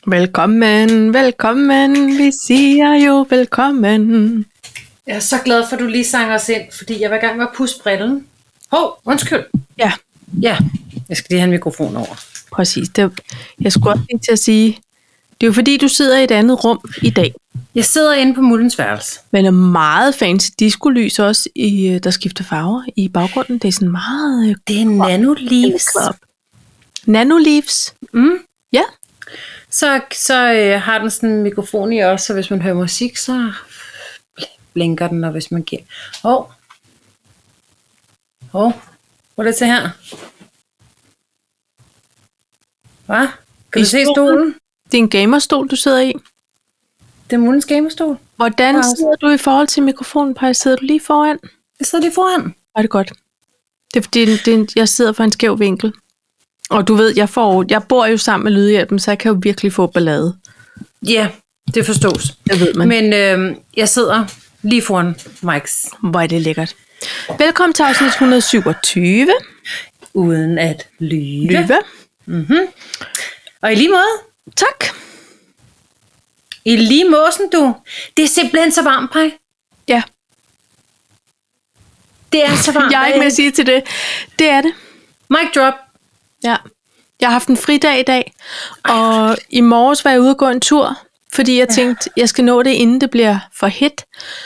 Velkommen, velkommen, vi siger jo velkommen. Jeg er så glad for, at du lige sang os ind, fordi jeg var i gang med at pusse brillen. Undskyld. Ja, Jeg skal lige have en mikrofon over. præcis. Jeg skulle også lige til at sige, det er jo fordi, du sidder i et andet rum i dag. Jeg sidder inde på Mullens værelse. Men er meget fancy disco-lys også, der skifter farver i baggrunden. Det er sådan meget... Det er Nanoleaves. Nanoleaves? Ja. Så har den sådan en mikrofon i også, så hvis man hører musik, så blinker den, og hvis man giver... Hvor er det til her? Hvad? Kan du se stolen? Det er en gamerstol, du sidder i. Det er Mullens gamerstol. Hvordan sidder du i forhold til mikrofonen, Paj? Sidder du lige foran? Jeg sidder lige foran. Er det godt? Det er fordi, jeg sidder for en skæv vinkel. Og du ved, jeg bor jo sammen med Lydhjælpen, så jeg kan jo virkelig få ballade. Ja, det forstås. Det ved man. Men jeg sidder lige foran Mikes. Hvor er det lækkert. Velkommen til afsnit 127. Uden at lyve. Lyve. Og i lige måde. Tak. I lige måsen, du. Det er simpelthen så varmt, Paj. Ja. Det er så varmt. Jeg er ikke med at sige til det. Det er det. Mic drop. Ja. Jeg har haft en fridag i dag, og i morges var jeg ude og gå en tur, fordi jeg tænkte, jeg skal nå det, inden det bliver for hit.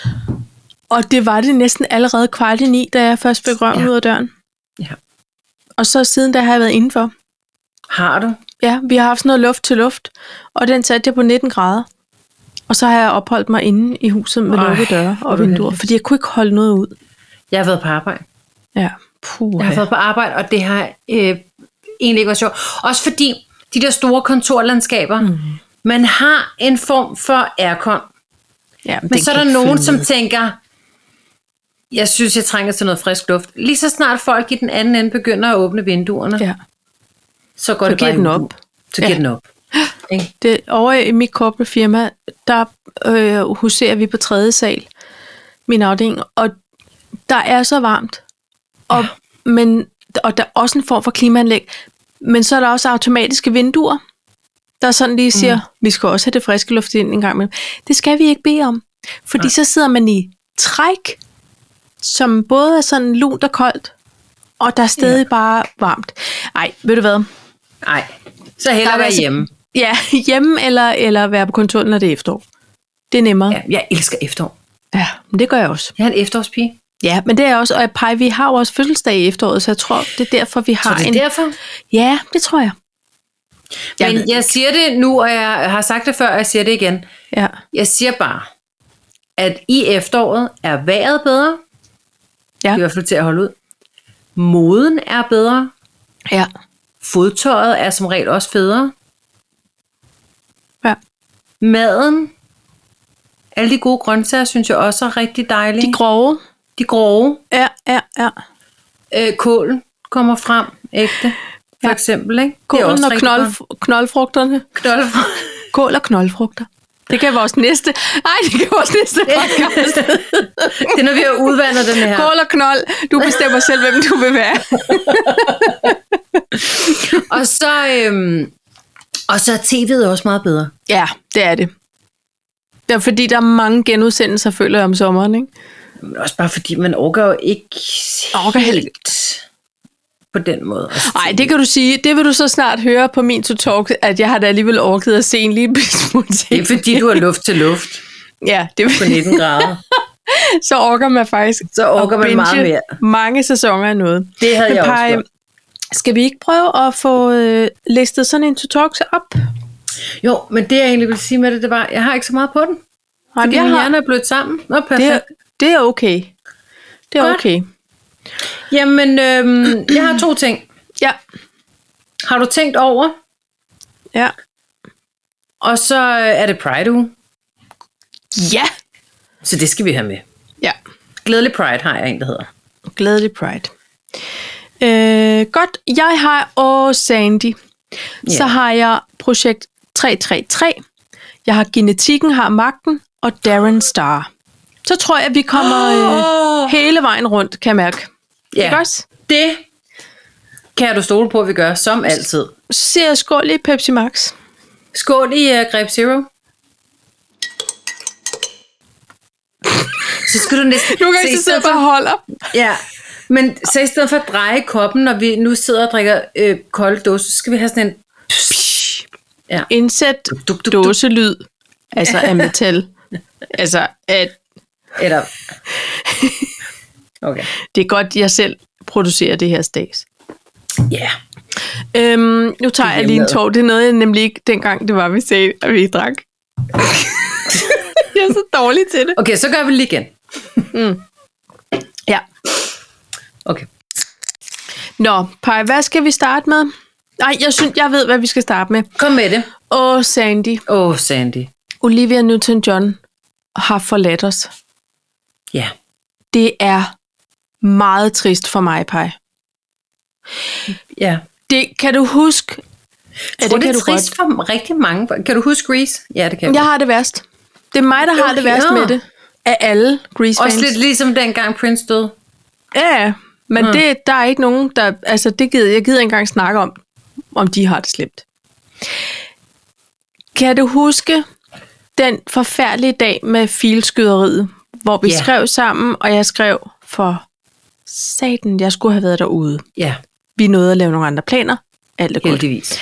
Og det var det næsten allerede 8:45, da jeg først fik røven ud af døren. Ja. Og så siden da har jeg været indenfor. Har du? Ja, vi har haft sådan noget luft til luft, og den satte jeg på 19 grader. Og så har jeg opholdt mig inde i huset med lukkede døre og vinduer, fordi jeg kunne ikke holde noget ud. Jeg har været på arbejde. Ja, Jeg har været på arbejde, og det har egentlig ikke været sjovt. Også fordi de der store kontorlandskaber, man har en form for aircon. Ja, men så er der nogen, som tænker, jeg synes, jeg trænger til noget frisk luft. Lige så snart folk i den anden ende begynder at åbne vinduerne, så går det bare den op. Så giver den op. Det, over i mit corporate firma, der huserer vi på 3. sal, min afdeling, og der er så varmt. Og der er også en form for klimaanlæg, men så er der også automatiske vinduer, der sådan lige siger, vi skal også have det friske luft ind en gang imellem. Det skal vi ikke bede om, fordi så sidder man i træk, som både er sådan lunt og koldt, og der er stadig bare varmt. Ej, ved du hvad? Nej, så hellere være hjemme. Ja, hjemme eller være på kontoret, når det er efterår. Det er nemmere. Ja, jeg elsker efterår. Ja, men det gør jeg også. Jeg er en efterårspige. Ja, men det er også, og Paj, vi har jo også fødselsdag i efteråret, så jeg tror, det er derfor, vi har så det er derfor? Ja, det tror jeg. Men jeg siger det nu, og jeg har sagt det før, og jeg siger det igen. Ja. Jeg siger bare, at i efteråret er vejret bedre. Ja. I hvert fald til at holde ud. Moden er bedre. Ja. Fodtøjet er som regel også federe. Ja. Maden, alle de gode grøntsager, synes jeg også er rigtig dejlige. De grove. Ja. Kål kommer frem, ægte, for eksempel. Ikke? Kålen og knoldfrugterne. Kål og knoldfrugter. Det kan vores næste... podcast. Det er, når vi har udvandet den her. Kål og knold. Du bestemmer selv, hvem du vil være. Og så er tv'et også meget bedre. Ja, det er det. Det er fordi, der er mange genudsendelser, føler jeg, om sommeren, ikke? Men også bare fordi, man orker jo ikke helt på den måde. Nej, det kan du sige. Det vil du så snart høre på min to-talk, at jeg har da alligevel orket at se en lille smule ting. Det er fordi, du har luft til luft. Ja, det på 19 grader. Så orker man faktisk. Så orker man meget mere. Mange sæsoner af noget. Det havde jeg også gjort. Skal vi ikke prøve at få listet sådan en to-talk op? Jo, men det jeg egentlig vil sige med det var, jeg har ikke så meget på den. Fordi min hjerne er blødt sammen. Nå, perfekt. Det er okay. Det er okay. Jamen, jeg har 2 ting. Ja. Har du tænkt over? Ja. Og så er det Pride-uge. Ja. Så det skal vi have med. Ja. Glædelig Pride har jeg en, der hedder. Glædelig Pride. Godt. Jeg har Sandy. Yeah. Så har jeg projekt 333. Jeg har Genetikken har magten. Og Darren Star. Så tror jeg, at vi kommer hele vejen rundt, kan jeg mærke. Ja, ikke også? Det kan du stole på, at vi gør, som altid. Så siger jeg skål i Pepsi Max. Skål i Greb Zero. Så skal du næsten... Nogle gange så sidder jeg bare og holder. Ja, men så i stedet for at dreje koppen, når vi nu sidder og drikker kolde dåse, så skal vi have sådan en... Ja. Indsæt dåselyd, altså af metal. Altså at... Eller... Okay. Det er godt, jeg selv producerer det her stads. Ja. Nu tager jeg lige en tår. Det er noget, jeg nemlig ikke dengang, det var, vi sagde, at vi drak. Jeg er så dårlig til det. Okay, så gør vi det lige igen. Ja. Okay. Nå, Paj, hvad skal vi starte med? Nej, jeg ved, hvad vi skal starte med. Kom med det. Sandy. Olivia Newton-John har forladt os. Ja. Det er meget trist for mig, Paj. Ja. Det kan du huske. Jeg tror, det er trist for rigtig mange. Kan du huske Grease? Ja, det kan jeg. Har det værst. Det er mig, der har det værst med det. Af alle Grease-fans. Også lidt ligesom dengang Prince døde. Ja, men der er ikke nogen, der... Altså, jeg gider ikke engang snakke om de har det slemt. Kan du huske den forfærdelige dag med filskyderiet, hvor vi skrev sammen, og jeg skrev for satan, jeg skulle have været derude. Ja. Vi nåede at lave nogle andre planer. Alt er godt. Heldigvis.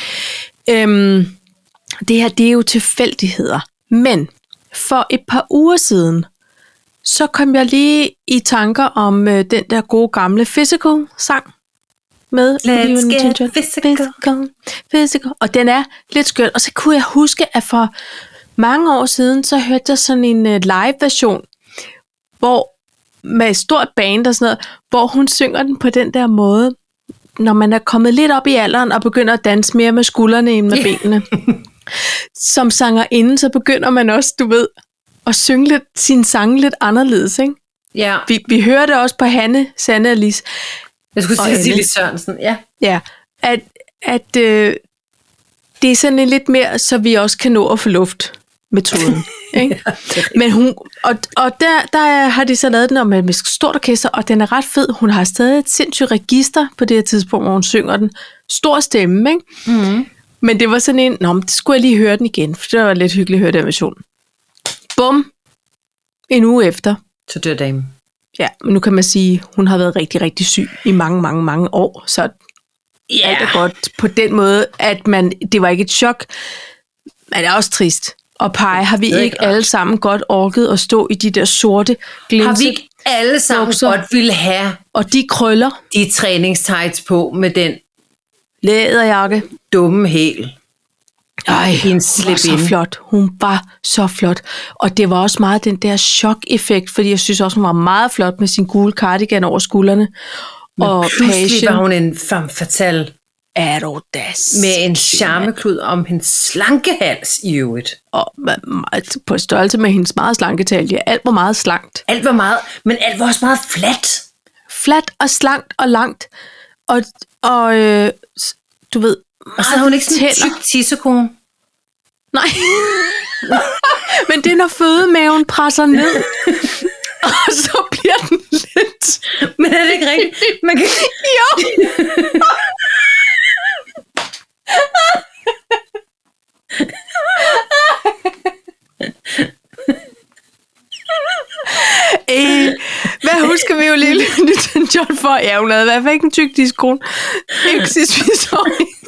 Det her, det er jo tilfældigheder. Men for et par uger siden, så kom jeg lige i tanker om den der gode gamle Physical-sang med Let's get physical. Og den er lidt skøn. Og så kunne jeg huske, at for mange år siden, så hørte jeg sådan en live-version, hvor med et stort band og sådan noget, hvor hun synger den på den der måde, når man er kommet lidt op i alderen og begynder at danse mere med skuldrene end med benene. Som sangerinde, så begynder man også, du ved, at synge lidt, sin sange lidt anderledes, ikke? Ja. Vi hører det også på Hanne, Sanne og Lis. Jeg skulle sige Lis Sørensen, ja. Ja, at det er sådan en lidt mere, så vi også kan nå at få luft metoden. Ikke? Ja, men hun, og der har de så lavet den med stort orkester, og den er ret fed. Hun har stadig et sindssygt register på det her tidspunkt, hvor hun synger den. Stor stemme, ikke? Mm-hmm. Men det var sådan en, det skulle jeg lige høre den igen, for det var lidt hyggeligt at høre den version. Bum! En uge efter. Så dør damen. Ja, men nu kan man sige, hun har været rigtig, rigtig syg i mange, mange, mange år, så alt er godt på den måde, at det var ikke et chok, men det er også trist. Og Paj, har vi ikke alle sammen godt orket at stå i de der sorte glinse? Har vi ikke alle sammen godt ville have og de krøller? De træningstights på med den læderjakke. Dumme hæl. Ej, hun var så flot. Hun var så flot. Og det var også meget den der chok-effekt, fordi jeg synes også, hun var meget flot med sin gule cardigan over skuldrene. Men og pludselig var hun en femme fatale. Med en charmeklud om hendes slanke hals i øvrigt. Og på størrelse med hendes meget slanke talje. Alt var meget slankt. Men alt var også meget fladt. Fladt og slankt og langt. Og du ved, og så havde hun ikke sådan en tyk tissekone. Nej. Men det er, når fødemaven presser ned. Og så bliver den lidt... Men er det ikke rigtigt? Man kan... Jo. Hvad husker vi jo lille Newton-John for? Ja, hun havde i hvert fald ikke en tyk diskron. Ikke sidst vi så.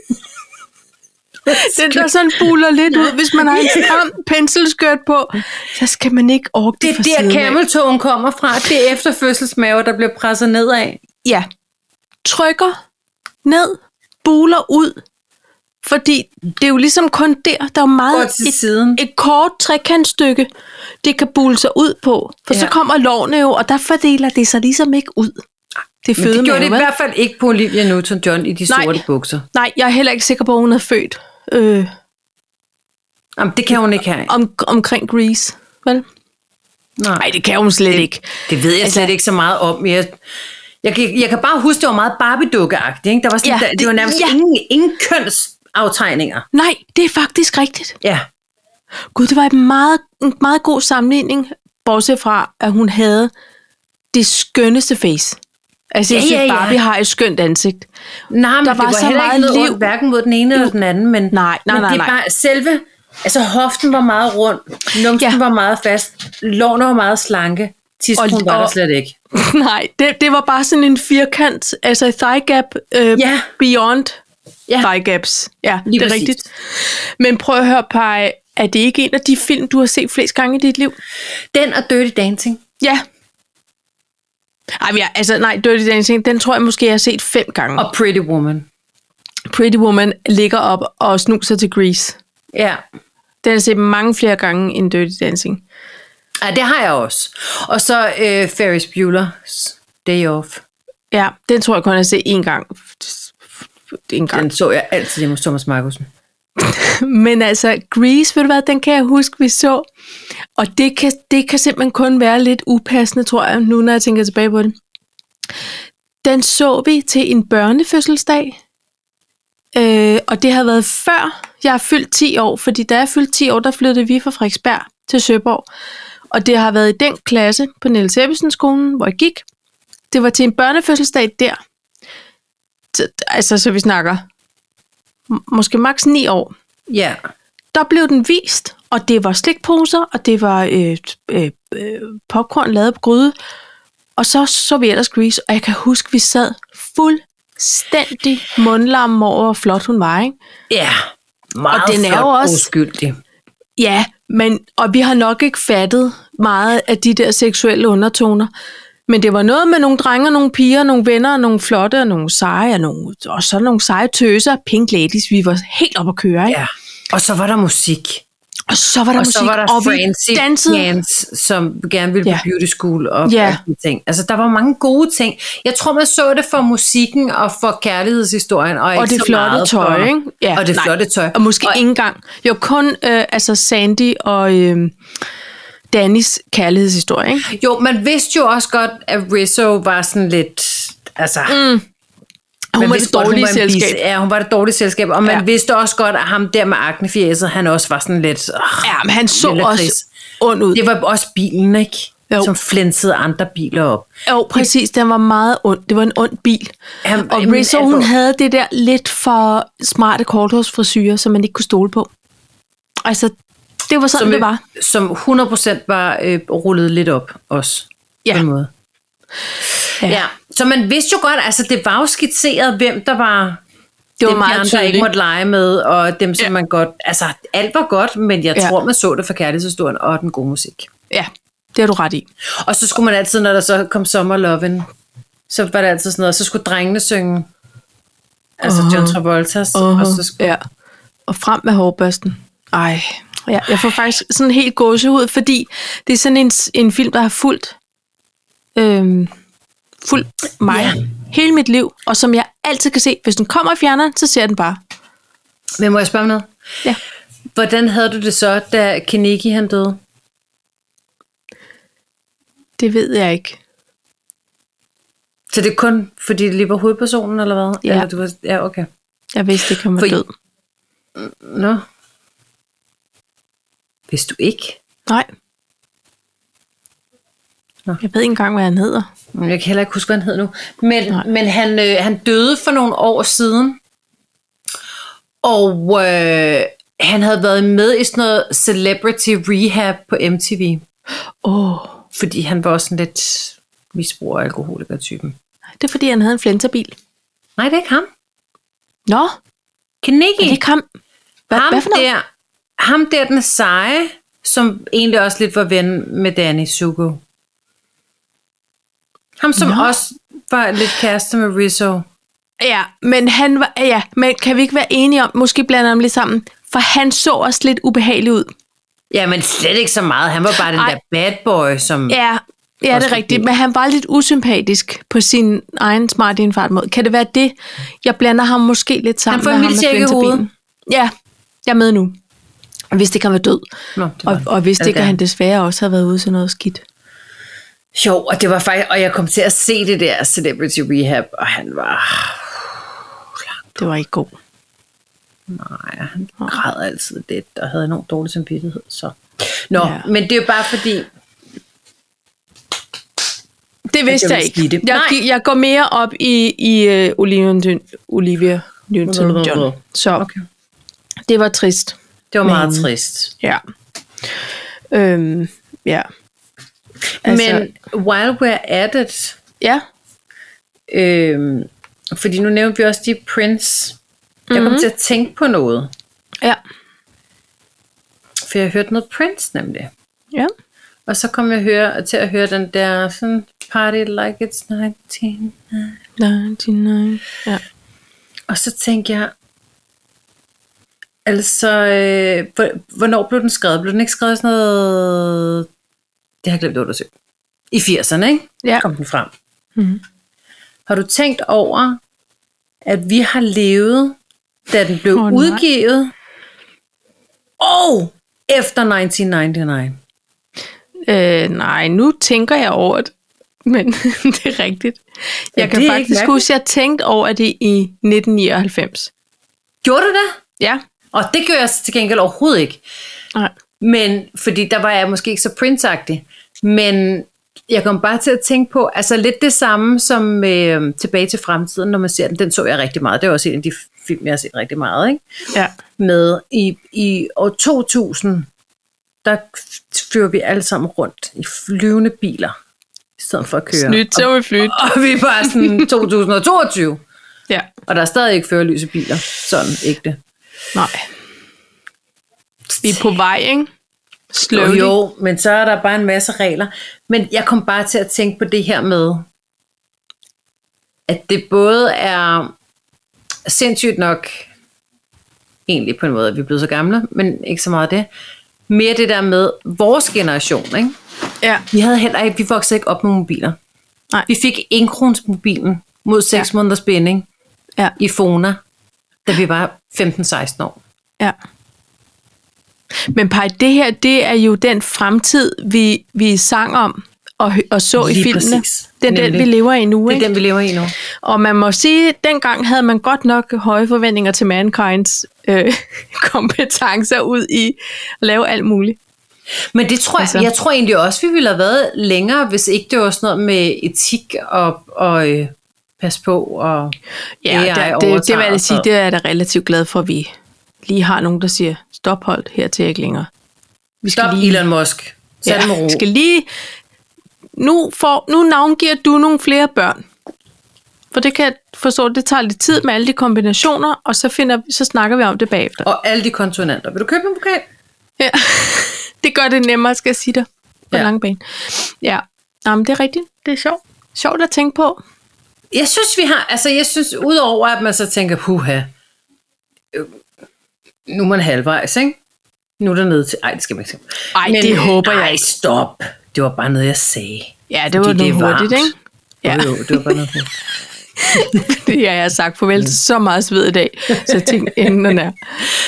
Den der sådan buler lidt ud. Hvis man har en stram penselskørt på, så skal man ikke orke det for siden. Det er der cameltogen kommer fra. Det er efterfødselsmave, der bliver presset nedad. Ja. Trykker ned, buler ud. Fordi det er jo ligesom kun der er jo meget et kort trekantstykke, det kan bule sig ud på. For så kommer lårene jo, og der fordeler det sig ligesom ikke ud. Det gjorde det i hvert fald ikke på Olivia Newton-John i de sorte bukser. Nej, jeg er heller ikke sikker på, at hun er født. Jamen, det kan hun ikke have. Omkring Grease, vel? Nej, det kan hun slet ikke. Det ved jeg slet ikke så meget om. Jeg kan bare huske, det var meget Barbie-dukkeagtigt. Ikke? Der var sådan, det var nærmest ingen kønsaftegninger. Nej, det er faktisk rigtigt. Ja. Gud, det var en meget god sammenligning, bortset fra, at hun havde det skønneste face. Altså, jeg synes, Barbie har et skønt ansigt. Nej, men der var så meget ikke noget liv, hverken mod den ene eller den anden, men nej. Det er bare selve, altså hoften var meget rund, numsen var meget fast, lårene var meget slanke, tidskronen var der slet ikke. Nej, det var bare sådan en firkant, altså thigh gap beyond thigh gaps. Ja, lige det er præcis. Rigtigt. Men prøv at høre, Paj, er det ikke en af de film, du har set flest gange i dit liv? Den og Dirty Dancing. Ja. Nej, Dirty Dancing, den tror jeg måske, jeg har set 5 gange. Og Pretty Woman. Pretty Woman ligger op og snuser til Grease. Ja. Den har jeg set mange flere gange end Dirty Dancing. Ja, det har jeg også. Og så Ferris Bueller's Day Off. Ja, den tror jeg kun, jeg har set 1 gang. Den så jeg altid hjemme hos Thomas Markussen. Men altså, Grease, ved du hvad, den kan jeg huske, vi så. Og det kan simpelthen kun være lidt upassende, tror jeg, nu når jeg tænker tilbage på det. Den så vi til en børnefødselsdag. Og det har været før jeg har fyldt 10 år, fordi da jeg fyldte 10 år, der flyttede vi fra Frederiksberg til Søborg. Og det har været i den klasse på Niels Ebbesen-skolen, hvor jeg gik. Det var til en børnefødselsdag der. Altså, så vi snakker måske maks 9 år. Ja. Der blev den vist, og det var slikposer, og det var popcorn lavet på gryde. Og så vi ellers Grease, og jeg kan huske, vi sad fuldstændig mundlam over, hvor flot hun var, ikke? Ja, meget og den flot er jo også uskyldig. Ja, og vi har nok ikke fattet meget af de der seksuelle undertoner. Men det var noget med nogle drenge, nogle piger, nogle venner, nogle flotte, og nogle seje, og så nogle seje tøser, Pink Ladies. Vi var helt op at køre, ikke? Ja, og så var der musik. Og så var der Francie Jans, som gerne ville på beauty school og de ting. Altså, der var mange gode ting. Jeg tror, man så det for musikken og for kærlighedshistorien. Og det flotte tøj, ikke? Ja, og det flotte tøj. Og måske ikke engang. Jo, kun Sandy og Dannys kærlighedshistorie, ikke? Jo, man vidste jo også godt, at Rizzo var sådan lidt... Altså... Hun var det dårlige selskab. Ja, hun var det dårlige selskab. Og man vidste også godt, at ham der med aknefjæset, han også var sådan lidt... ja, men han så også ond ud. Det var også bilen, ikke? Jo. Som flænsede andre biler op. Jo, præcis. Den var meget ond. Det var en ond bil. Og Rizzo, hun havde det der lidt for smarte korthårsfrisyrer, som man ikke kunne stole på. Altså, det var sådan, det var. Som 100% var rullet lidt op også. Ja. På en måde. Ja. Så man vidste jo godt, altså det var jo skitseret, hvem der var det var dem, meget der ikke måtte lege med, og dem, som man godt, altså alt var godt, men jeg tror, man så det for kærlighedshistorien og den gode musik. Ja, det har du ret i. Og så skulle man altid, når der så kom Summer Lovin', så var det altid sådan noget, så skulle drengene synge, altså John Travoltas, og så skulle... Ja, og frem med hårbørsten. Ej, ja, jeg får faktisk sådan helt gåsehud, fordi det er sådan en film, der har fulgt mig hele mit liv, og som jeg altid kan se, hvis den kommer i fjerneren, så ser den bare. Men må jeg spørge om noget? Ja. Hvordan havde du det så, da Kenickie han døde? Det ved jeg ikke. Så det er kun, fordi det lige var hovedpersonen, eller hvad? Ja. Eller du var, ja, okay. Jeg vidste ikke, han var død. Nå. Vidste du ikke? Nej. Nå. Jeg ved ikke engang, hvad han hedder. Jeg kan heller ikke huske, hvad han hed nu. Men han døde for nogle år siden. Og han havde været med i sådan noget Celebrity Rehab på MTV. Fordi han var også sådan lidt misbruger- og alkoholiker-typen. Det er fordi, han havde en flenterbil. Nej, det er ikke ham. Nå. Kenickie. Er det ikke ham? Hvad for noget? Ham der, den seje, som egentlig også lidt var ven med Danny Zuko. Ham, som også var lidt kæreste med Rizzo. Ja, men han var, men kan vi ikke være enige om, måske blander ham lidt sammen, for han så også lidt ubehagelig ud. Ja, men slet ikke så meget. Han var bare den der bad boy, som... Ja, det er rigtigt, men han var lidt usympatisk på sin egen smart indfart-måde. Kan det være det? Jeg blander ham måske lidt sammen med ham med flenterbilen. Ja, jeg er med nu. Og hvis det kan være død. Nå, og hvis det kan han desværre også have været ude til noget skidt. Jo, og det var faktisk, og jeg kom til at se det der Celebrity Rehab, og han var... Det var ikke god. Nej, han græd altid lidt, og havde enormt dårlig samvittighed, så... Nå, men det er jo bare Det vidste jeg ikke. Jeg går mere op i Olivia Newton-John. Så okay. Det var trist. Det var meget trist. Ja. Ja. Altså, men while we're at it... Ja. Fordi nu nævnte vi også de Prince. Jeg kom til at tænke på noget. Ja. For jeg hørte noget Prince nemlig. Ja. Og så kom jeg til at høre den der sådan, Party Like It's 1999. Ja. Og så tænkte jeg, altså, hvornår blev den skrevet? Blev den ikke skrevet sådan noget, det har jeg glemt at undersøge. I 80'erne, ikke? Ja. Kom den frem. Mm-hmm. Har du tænkt over, at vi har levet, da den blev udgivet, og efter 1999? Nej, nu tænker jeg over det, men det er rigtigt. Jeg kan faktisk huske, at jeg tænkte over det i 1999. Gjorde du det? Ja. Og det gør jeg til gengæld overhovedet ikke. Nej. Men, fordi der var jeg måske ikke så Prince-agtig. Men jeg kom bare til at tænke på, altså lidt det samme som Tilbage til fremtiden, når man ser den. Den så jeg rigtig meget. Det er også en af de film, jeg har set rigtig meget, ikke? Ja. Med i år 2000, der fører vi alle sammen rundt i flyvende biler, i stedet for at køre. Snydt som et flyt. Og vi er bare sådan 2022. Ja. Og der er stadig ikke førerlyse biler. Sådan ægte. Nej. Vi er på vej, ikke? Slowly. Jo, men så er der bare en masse regler. Men jeg kom bare til at tænke på det her med, at det både er sindssygt nok, egentlig på en måde, at vi er blevet så gamle, men ikke så meget det. Mere det der med vores generation, ikke? Ja. Vi voksede ikke op med mobiler. Nej. Vi fik 1 krones mobilen mod 6 måneders spænding i Fona, da vi var 15-16 år. Ja. Men Paj, det her, det er jo den fremtid, vi sang om og så lige i filmene. Præcis. Det er den, vi lever i nu, ikke? Det er den, vi lever i nu. Og man må sige, at dengang havde man godt nok høje forventninger til Mankind's kompetencer ud i at lave alt muligt. Men det tror jeg tror egentlig også, vi ville have været længere, hvis ikke det var sådan noget med etik og pas på og AI det vil jeg da sige, det er jeg da relativt glad for, at vi lige har nogen, der siger, stop holdt hertil ikke længere. Stop Elon Musk. Sæt dem ro. Skal lige... Nu navngiver du nogle flere børn. For det kan jeg forstå, det tager lidt tid med alle de kombinationer, og så snakker vi om det bagefter. Og alle de konsonanter. Vil du købe en pokal? Ja, det gør det nemmere, skal jeg sige det, på lang bane. Ja, men det er rigtigt. Det er sjovt. Sjovt at tænke på. Jeg synes, udover at man så tænker, puha, nu er man halvvejs, ikke? Nu er der nede til... Ej, det skal man ikke sige. Det håber jeg ikke. Stop. Det var bare noget, jeg sagde. Ja, det var noget hurtigt, ikke? Ja. Jo, det var bare noget hurtigt. Det jeg har sagt farvel til så meget sved i dag, så jeg tænkte, inden den er.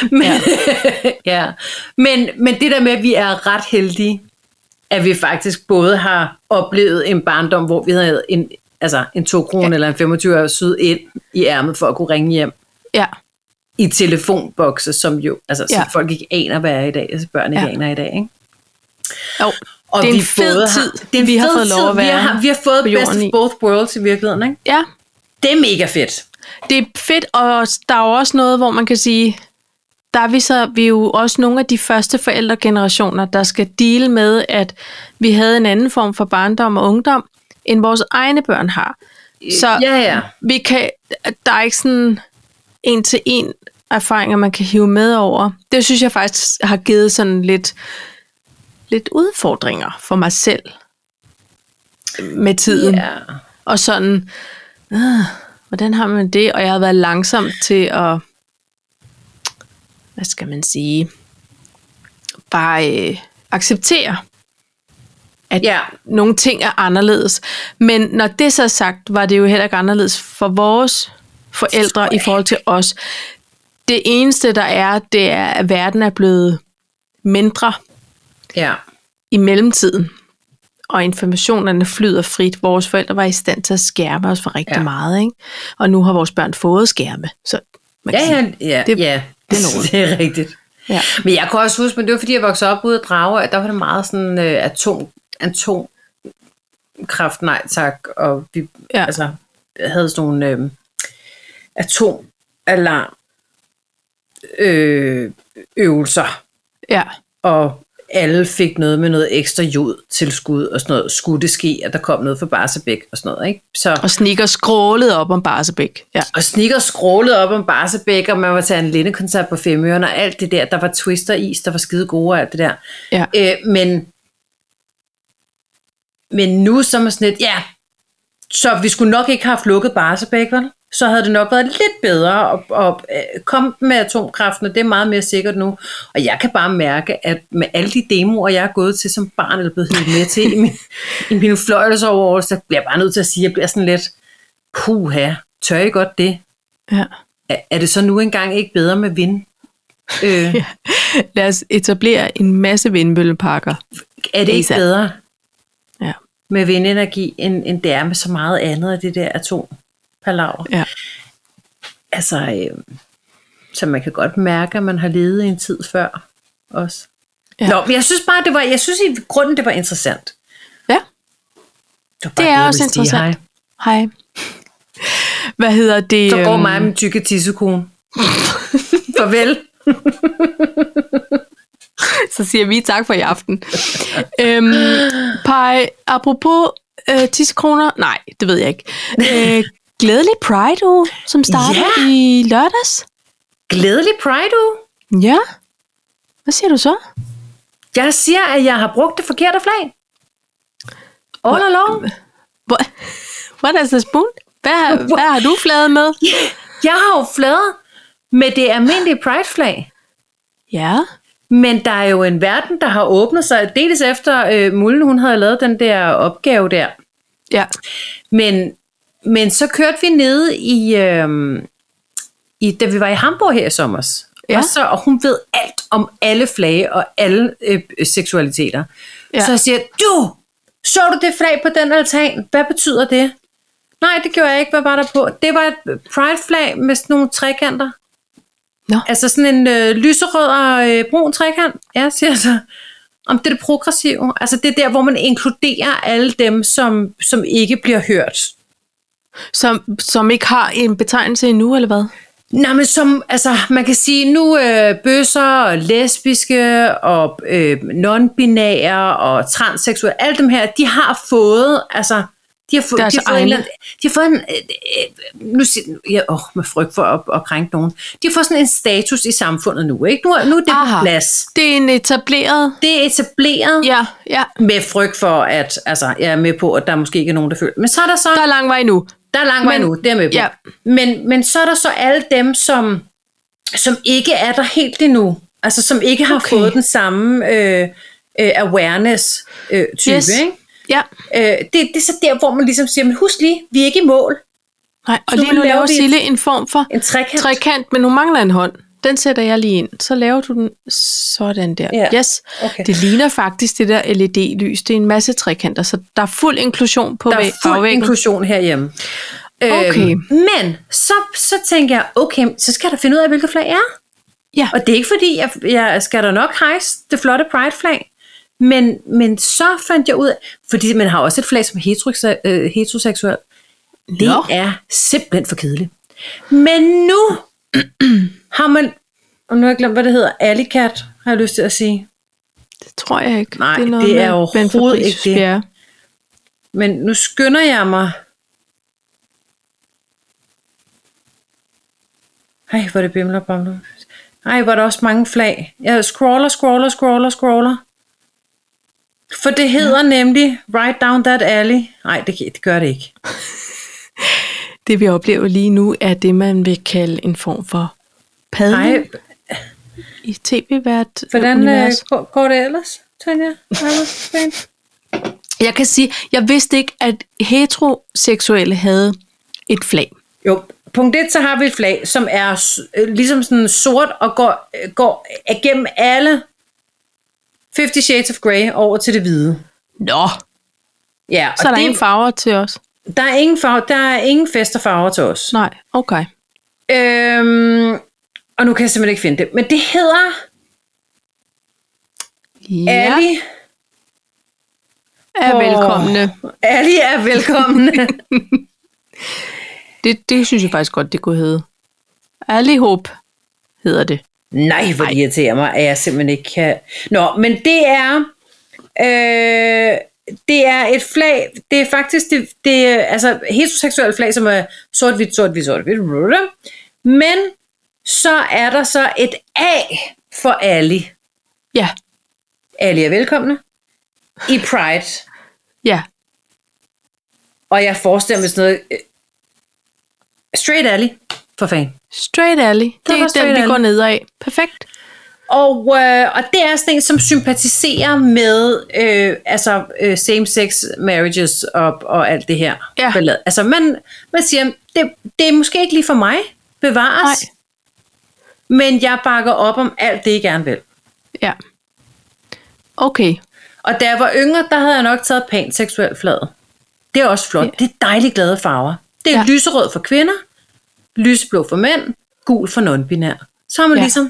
Men det der med, at vi er ret heldige, at vi faktisk både har oplevet en barndom, hvor vi havde en 2 kroner eller en 25 øre syd ind i ærmet for at kunne ringe hjem. Ja. I telefonbokse, som jo, som folk ikke aner, hvad er i dag, altså børn ikke aner i dag, ikke? Jo, og det er en fed tid, vi har fået lov at være. Vi har fået best of both worlds i virkeligheden, ikke? Ja. Det er mega fedt. Det er fedt, og der er jo også noget, hvor man kan sige, der er vi er jo også nogle af de første forældregenerationer, der skal deale med, at vi havde en anden form for barndom og ungdom, end vores egne børn har. Så vi kan, der er ikke sådan en-til-en erfaringer, man kan hive med over. Det synes jeg faktisk har givet sådan lidt udfordringer for mig selv med tiden. Yeah. Og sådan, hvordan har man det? Og jeg har været langsom til at, hvad skal man sige, bare acceptere, at nogle ting er anderledes. Men når det så er sagt, var det jo heller ikke anderledes for vores forældre i forhold til os. Det eneste, der er, det er, at verden er blevet mindre i mellemtiden. Og informationerne flyder frit. Vores forældre var i stand til at skærme os for rigtig meget, ikke? Og nu har vores børn fået skærme. Så man kan sige, det er noget. Det er rigtigt. Ja. Men jeg kan også huske, men det var fordi, jeg voksede op ude af Drage, at der var det meget sådan atomkraft, nej tak, og vi havde sådan nogle atomalarm øvelser. Ja. Og alle fik noget med noget ekstra jodtilskud og sådan noget. Skulle det ske, at der kom noget fra Barsebäck og sådan noget, ikke? Så, og Snickers skrålede op om Barsebäck. Ja. Og Snickers skrålede op om Barsebäck, og man var til en Linde-koncert på Femøren, og alt det der. Der var Twister-is, der var skide gode og alt det der. Ja. Men nu så er man sådan lidt, så vi skulle nok ikke have haft lukket Barsebäck, vel? Så havde det nok været lidt bedre at komme med atomkraften, og det er meget mere sikkert nu. Og jeg kan bare mærke, at med alle de demoer, jeg er gået til som barn, eller blevet helt med til i mine fløjtelsover, så bliver jeg bare nødt til at sige, at jeg bliver sådan lidt, puha, tør I godt det? Ja. Er det så nu engang ikke bedre med vind? Ja. Lad os etablere en masse vindmølleparker. Er det ikke bedre med vindenergi, end det er med så meget andet af det der atompalaver? Ja. Altså, så man kan godt mærke, at man har levet i en tid før også. Ja. Nå, men jeg synes bare, jeg synes i grunden, det var interessant. Ja, det er også interessant. Hej. Hvad hedder det? Så går mig min tykke tissekone. Farvel. Så siger vi tak for i aften. Paj, apropos tissekroner, nej, det ved jeg ikke. Glædelig Pride-uge, som starter i lørdags. Glædelig Pride-uge? Ja. Hvad siger du så? Jeg siger, at jeg har brugt det forkerte flag. All along. What is the spoon? Hvad har du flaget med? Jeg har jo flaget med det almindelige Pride-flag. Ja. Men der er jo en verden, der har åbnet sig, dels efter Mullen, hun havde lavet den der opgave der. Ja. Men så kørte vi nede da vi var i Hamburg her i sommers. Ja. Og hun ved alt om alle flag og alle seksualiteter. Ja. Så jeg siger, så du det flag på den altan? Hvad betyder det? Nej, det gjorde jeg ikke. Hvad var der på? Det var et pride-flag med sådan nogle trekanter. No. Altså sådan en lyserød og brun trekant. Ja, siger jeg så. Om det er det progressive. Altså det er der, hvor man inkluderer alle dem, som ikke bliver hørt. Som ikke har en betegnelse endnu, eller hvad? Nej, men man kan sige, nu bøsser og lesbiske og non-binære og transseksuelle, alle dem her, de har fået, de har fået en, med frygt for at krænke nogen, de har fået sådan en status i samfundet nu, ikke? Nu er det på plads. Det er en etableret. Det er etableret. Ja. Med frygt for, at, jeg er med på, at der måske ikke er nogen, der føler. Men så er der så... Der er lang vej nu. Der er lang vej nu, det er med på. Ja. Men så er der så alle dem, som ikke er der helt endnu. Altså som ikke har fået den samme awareness-type, ikke? Ja. Det er så der, hvor man ligesom siger, men husk lige, vi er ikke i mål. Nej, og lige nu laver Sille en form for en trekant, men nu mangler en hånd. Den sætter jeg lige ind. Så laver du den sådan der. Ja. Yes. Okay. Det ligner faktisk det der LED-lys. Det er en masse trekanter, så der er fuld inklusion på bagvæggen. Der er fuld inklusion herhjemme. Okay. Men så tænker jeg, okay, så skal der finde ud af, hvilket flag er. Ja. Og det er ikke fordi, jeg skal der nok hejse det flotte Pride-flag. Men så fandt jeg ud af, fordi man har også et flag som heteroseksuel. Det er simpelthen for kedeligt. Men nu har man, og nu har jeg glemt, hvad det hedder, Alicat, har jeg lyst til at sige. Det tror jeg ikke. Nej, det er overhovedet ikke det. Men nu skynder jeg mig. Ej, hvor det bimler og bamler. Ej, hvor er der også mange flag. Jeg scroller. For det hedder nemlig Right Down That Alley. Nej, det gør det ikke. Det vi oplever lige nu, er det, man vil kalde en form for padling i tv-vært. Hvordan går det ellers, Tanja? Jeg kan sige, jeg vidste ikke, at heteroseksuelle havde et flag. Jo, punkt 1, så har vi et flag, som er ligesom sådan sort og går igennem alle 50 Shades of Grey over til det hvide. Nå. Ja, så er der ingen farver til os? Der er ingen farver, der er ingen festerfarver til os. Nej, okay. Og nu kan jeg simpelthen ikke finde det. Men det hedder er velkomne. Alle er velkomne. Det synes jeg faktisk godt, det kunne hedde. Allihop hedder det. Nej, hvor det irriterer mig, at jeg simpelthen ikke kan... Nå, men det er... det er et flag, det er faktisk det er, altså heteroseksuelle flag, som er sort-hvidt, sort-hvidt, sort-hvidt. Men så er der så et A for Ali. Ja. Ali er velkomne i Pride. Ja. Og jeg forestiller mig sådan noget... Straight Ali, for fanden. Straight Ali. Det er den, vi går ned af. Perfekt. Og det er sådan en, som sympatiserer med same-sex marriages og alt det her. Ja. Altså man siger, det er måske ikke lige for mig, bevares. Nej. Men jeg bakker op om alt det, I gerne vil. Ja. Okay. Og da jeg var yngre, der havde jeg nok taget pænt seksuelt flaget. Det er også flot. Ja. Det er dejligt glade farver. Det er lyserød for kvinder, lyseblå for mænd, gul for non-binær. Så er man ligesom...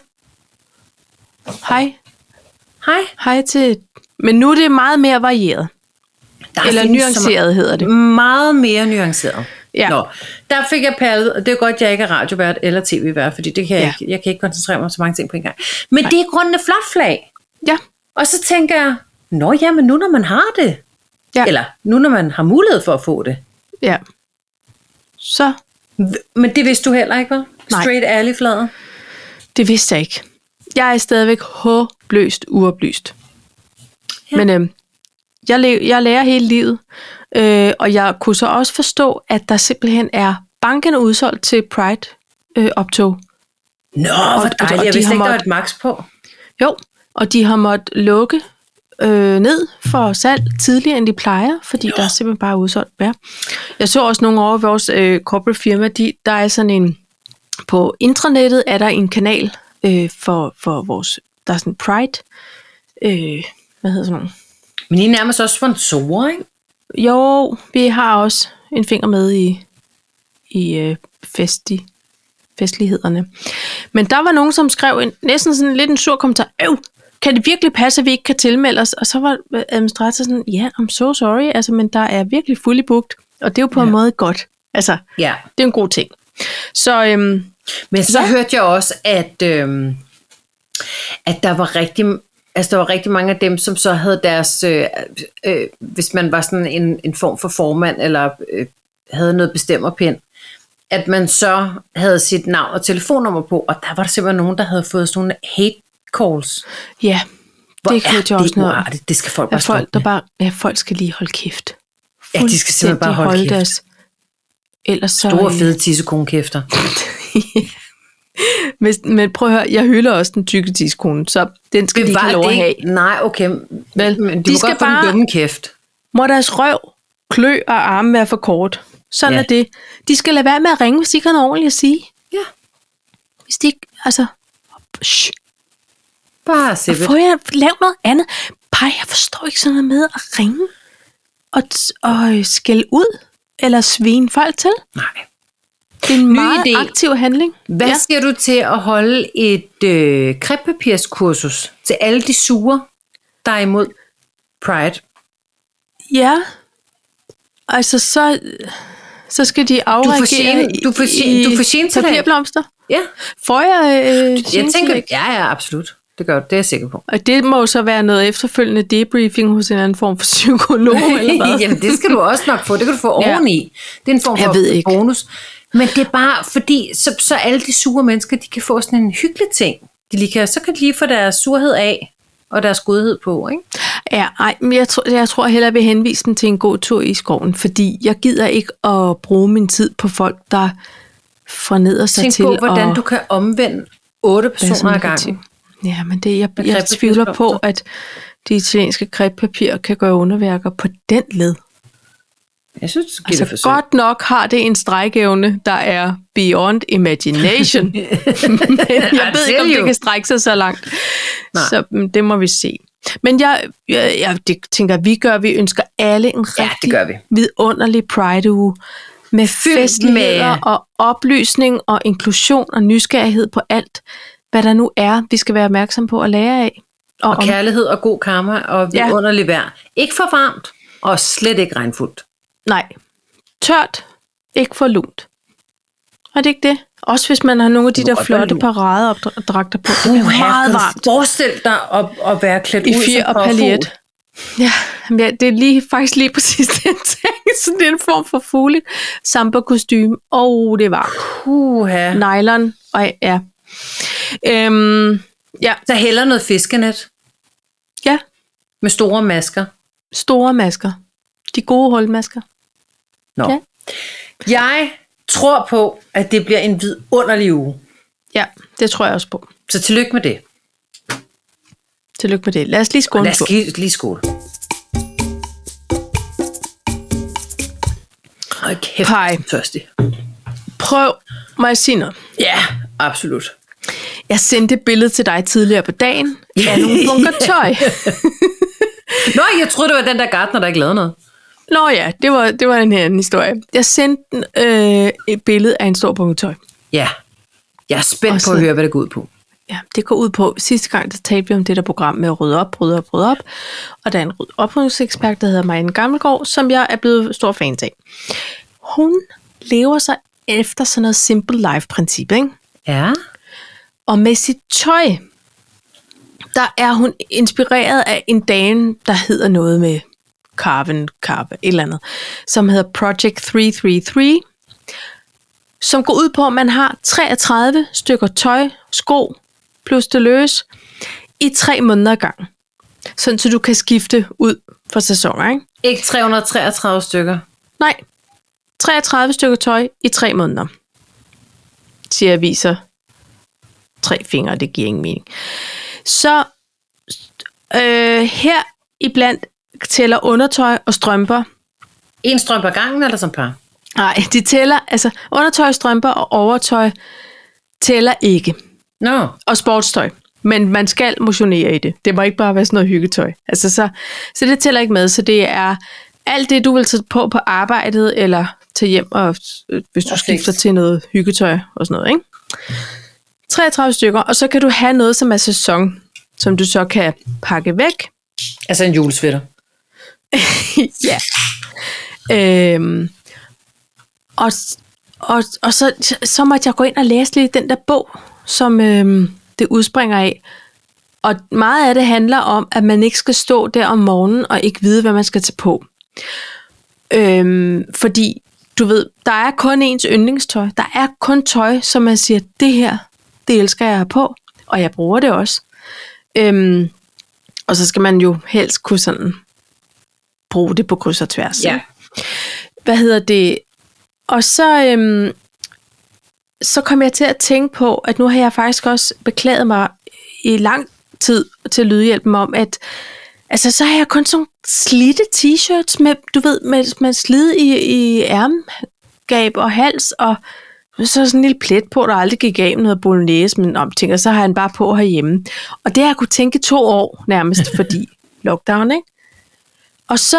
Hej. Hej. Hej til... Men nu er det meget mere varieret. Eller nuanceret hedder det. Meget mere nuanceret. Ja. Nå, der fik jeg pallet, og det er godt, jeg ikke er radiovært eller tv-vært, fordi det kan jeg kan ikke koncentrere mig om så mange ting på en gang. Men det er grundene flot flag. Ja. Og så tænker jeg, men nu når man har det, eller nu når man har mulighed for at få det. Ja. Så. Men det vidste du heller ikke, vel? Straight Ali-flaget. Det vidste jeg ikke. Jeg er stadigvæk håbløst uoplyst. Ja. Men jeg lærer hele livet, og jeg kunne så også forstå, at der simpelthen er bankerne udsolgt til Pride-optog. Nå, hvor dejligt. Jeg vidste ikke, der var et max på. Jo, og de har måttet lukke ned for salg tidligere, end de plejer, fordi der er simpelthen bare udsolgt bær. Jeg så også nogle over vores corporate firma, der er sådan en, på intranettet er der en kanal for vores, der er sådan Pride, hvad hedder sådan nogle? Men I er nærmest også sponsorer, ikke? Jo, vi har også en finger med i festlighederne. Men der var nogen, som skrev næsten sådan lidt en sur kommentar. Kan det virkelig passe, at vi ikke kan tilmelde os? Og så var administrator sådan, I'm so sorry, altså, men der er virkelig fully booked. Og det er jo på en måde godt. Altså, det er en god ting. Så, men så hørte jeg også, at der var rigtig mange af dem, som så havde deres, hvis man var sådan en form for formand, eller havde noget bestemmerpind, at man så havde sit navn og telefonnummer på, og der var der simpelthen nogen, der havde fået sådan nogle hate calls. Ja, det hørte jeg også noget. Det skal folk bare stoppe med. Folk skal lige holde kæft. Ja, de skal simpelthen bare holde kæft. Ellers så, store fede tissekonekæfter. Men prøv at høre, jeg hylder også den tykke tissekone, så den skal de ikke have lov at have. Nej, okay. Vel, men de skal bare få en dumme kæft. Må deres røv, klø og arme være for kort. Sådan er det. De skal lade være med at ringe, hvis de ikke har noget ordentligt at sige. Ja. Hvis de ikke, altså... Bare se det. Lav noget andet. Jeg forstår ikke sådan noget med at ringe og skælde ud eller svine folk til. Nej. Det er en meget aktiv handling. Hvad siger du til at holde et krepepapirskursus til alle de sure, der er imod Pride? Ja. Altså, så skal de afreagere du får i papirblomster. Ja. Får jeg jeg tænker, ja, absolut. Det gør du, det er jeg sikker på. Og det må jo så være noget efterfølgende debriefing hos en anden form for psykolog, eller hvad? Jamen, det skal du også nok få. Det kan du få oveni. Det er en form for bonus. Men det er bare fordi, så alle de sure mennesker, de kan få sådan en hyggelig ting. Så kan de lige få deres surhed af, og deres godhed på, ikke? Ja, men jeg tror hellere, jeg vil henvise dem til en god tur i skoven, fordi jeg gider ikke at bruge min tid på folk, der forneder sig til at... Tænk på, hvordan du kan omvende 8 personer ad gangen. Ja, men jeg tvivler på, at det italienske crepepapir kan gøre underværker på den led. Jeg synes, det giver det forsøg. Godt nok har det en strækevne, der er beyond imagination. Men jeg ved ikke, om det kan strække sig så langt. Nej. Så det må vi se. Men jeg tænker, vi ønsker alle en rigtig vidunderlig Pride-uge med festligheder og oplysning og inklusion og nysgerrighed på alt, hvad der nu er, vi skal være opmærksom på at lære af. Og kærlighed og god karma og vidunderlig vejr. Ikke for varmt, Og slet ikke regnfuldt. Nej. Tørt, ikke for lunt. Er det ikke det? Også hvis man har nogle af de der flotte paradeopdragter på. Det er meget varmt. Forestil dig at være klædt I ud fjer som og paljet. påfugl. Ja, det er faktisk lige præcis den ting. Så det er en form for fugle. Samba-kostyme. Det er varmt. Puha. Nylon. Og ja. Ja. Så heller noget fiskenet. Ja. Med store masker. Store masker. De gode hulmasker. Nå. Ja. Jeg tror på, at det bliver en vidunderlig uge. Ja, det tror jeg også på. Så tillykke med det. Tillykke med det. Lad os lige skåle på. Lige skåle. Ej, kæft, jeg er tørstig. Prøv, må jeg sige noget? Ja, absolut. Jeg sendte et billede til dig tidligere på dagen af nogle bunker tøj. Nå, jeg troede, det var den der gartner, der ikke lavede noget. Nå ja, det var en anden historie. Jeg sendte et billede af en stor bunke tøj. Ja, jeg er spændt på at høre, hvad det går ud på. Ja, det går ud på, sidste gang der talte vi om det der program med at rydde op. Og der er en oprydningsekspert, der hedder Marianne Gammelgaard, som jeg er blevet stor fan af. Hun lever sig efter sådan noget simple life-princip, ikke? Ja. Og med sit tøj, der er hun inspireret af en dame, der hedder noget med Carve, et eller andet, som hedder Project 333, som går ud på, at man har 33 stykker tøj, sko, plus det løs, i 3 måneder ad gang. Sådan, så du kan skifte ud for sæsoner, ikke? Ikke 333 stykker? Nej, 33 stykker tøj i 3 måneder. Siger jeg viser 3 fingre, det giver ingen mening. Så her iblandt tæller undertøj og strømper. En strømpe ad gangen, eller som par? Nej, de tæller, altså undertøj, strømper og overtøj tæller ikke. Nå. Og sportstøj. Men man skal motionere i det. Det må ikke bare være sådan noget hyggetøj. Altså så det tæller ikke med. Så det er alt det, du vil tage på arbejdet, eller tage hjem, og hvis du skifter til noget hyggetøj og sådan noget, ikke? 33 stykker, og så kan du have noget, som er sæson, som du så kan pakke væk. Altså en julesvætter. Ja. Og så måtte jeg gå ind og læse lidt den der bog, som det udspringer af. Og meget af det handler om, at man ikke skal stå der om morgenen og ikke vide, hvad man skal tage på. Fordi, du ved, der er kun ens yndlingstøj. Der er kun tøj, som man siger, det her, det elsker jeg at have på, og jeg bruger det også. Og så skal man jo helst kunne sådan bruge det på kryds og tværs. Ja. Hvad hedder det? Og så kom jeg til at tænke på, at nu har jeg faktisk også beklaget mig i lang tid til Lydhjælpen om, at altså, så har jeg kun sådan slidte t-shirts med, du ved, med slid i ærmegab og hals, og så sådan en lille plet på, der aldrig gik af med noget bolognese, men og så har jeg den bare på herhjemme. Og det har jeg kunne tænke 2 år nærmest, fordi lockdown, ikke? Og så,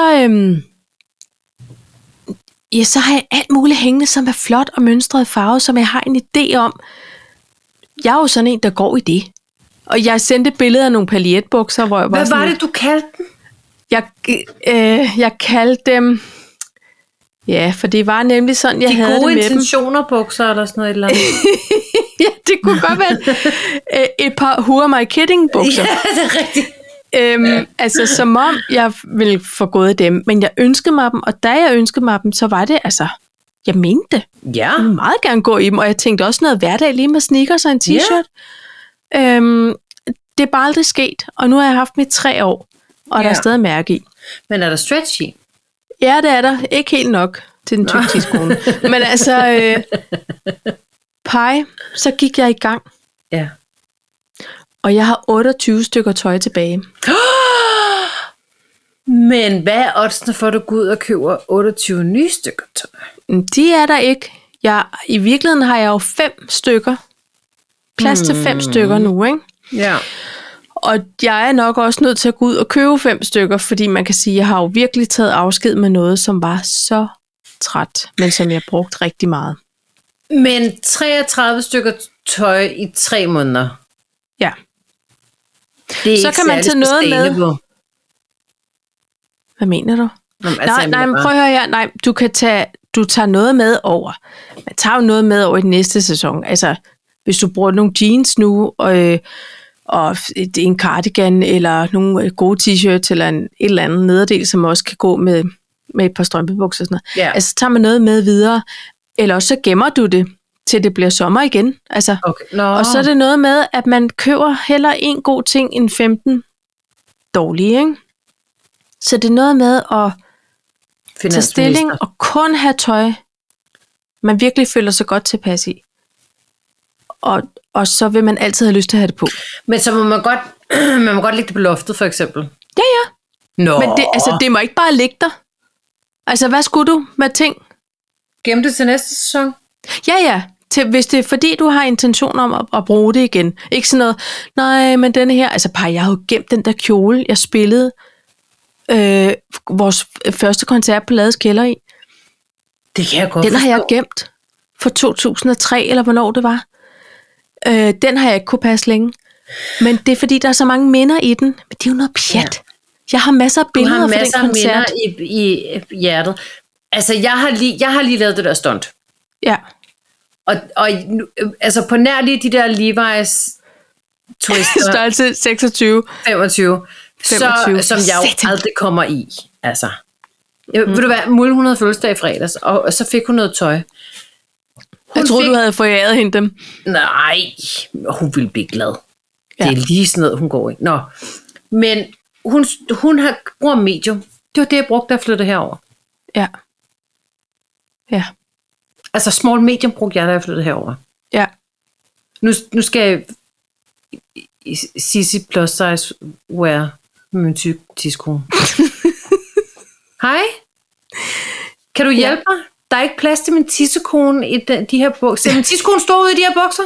så har jeg alt muligt hængende, som er flot og mønstret farve, som jeg har en idé om. Jeg er jo sådan en, der går i det. Og jeg sendte billeder af nogle paljetbukser, hvor jeg var Hvad sådan, var det, du kaldte dem? Jeg kaldte dem... Ja, for det var nemlig sådan, jeg havde det med dem. De gode intentioner bukser, eller sådan noget eller andet. Ja, det kunne godt være et par Who Am I Kidding bukser. Ja, det er rigtigt. Altså, som om jeg ville få gået af dem, men jeg ønskede mig dem, og da jeg ønskede mig dem, så var det, altså, jeg mente det. Ja. Jeg ville meget gerne gå i dem, og jeg tænkte også noget hverdag lige med sneakers og en t-shirt. Yeah. Det er bare aldrig sket, og nu har jeg haft dem i 3 år, og der er stadig mærke i. Men er der stretch i? Ja, det er der. Ikke helt nok til den tyktiskone. Men altså, så gik jeg i gang. Ja. Og jeg har 28 stykker tøj tilbage. Men hvad er oddsene for, at du går ud og køber 28 nye stykker tøj? De er der ikke. I virkeligheden har jeg jo 5 stykker. Plads til 5 stykker nu, ikke? Ja. Og jeg er nok også nødt til at gå ud og købe 5 stykker, fordi man kan sige, at jeg har jo virkelig taget afsked med noget, som var så træt, men som jeg brugte rigtig meget. Men 33 stykker tøj i 3 måneder. Ja. Det er så ikke kan man tage noget med. Hvad mener du? Nej, men prøv at høre her. Nej, du tager noget med over. Man tager jo noget med over i den næste sæson. Altså, hvis du bruger nogle jeans nu, og en cardigan, eller nogle gode t-shirts, eller et eller andet nederdel, som også kan gå med et par strømpebukser og sådan noget. Ja. Altså, tager man noget med videre, eller også så gemmer du det, til det bliver sommer igen. Altså, okay. og så er det noget med, at man køber heller en god ting end 15 dårlige, ikke? Så det er noget med at tage stilling og kun have tøj, man virkelig føler sig godt tilpas i. Og så vil man altid have lyst til at have det på. Men så må man godt lægge det på loftet, for eksempel. Ja. Nå. Men det må ikke bare ligge der. Altså, hvad skulle du med ting? Gemme det til næste sæson? Ja. Hvis det er fordi, du har intention om at bruge det igen. Ikke sådan noget, nej, men denne her... Altså, jeg har jo gemt den der kjole, jeg spillede vores første koncert på Lades Kælder i. Det kan jeg godt Den forstå. har jeg gemt for 2003, eller hvornår det var. Den har jeg ikke kunne passe længe. Men det er fordi, der er så mange minder i den. Men det er jo noget pjat. Ja. Jeg har masser af billeder fra den koncert. I hjertet. Altså, jeg har lige lavet det der stunt. Ja. Og altså på nær lige de der Levi's twister. Størrelse 26. 25. Som jeg jo aldrig kommer i. Altså. Ved du hvad, Mulle, hun havde fødselsdag i fredags, og så fik hun noget tøj. Jeg troede, du havde foræret hende dem. Nej, hun ville blive glad. Ja. Det er lige sådan noget, hun går i. Nå. Men hun har brugt medium. Det var det, jeg brugte, da jeg flyttede herover. Ja. Altså small medium brugte jeg, da jeg flyttede herover. Ja. Nu skal jeg Sissi plus size wear med min tyk tidskone. Hej? Kan du hjælpe mig? Der er ikke plads til min tissekone i de her bukser. Min tissekone står ude i de her bukser?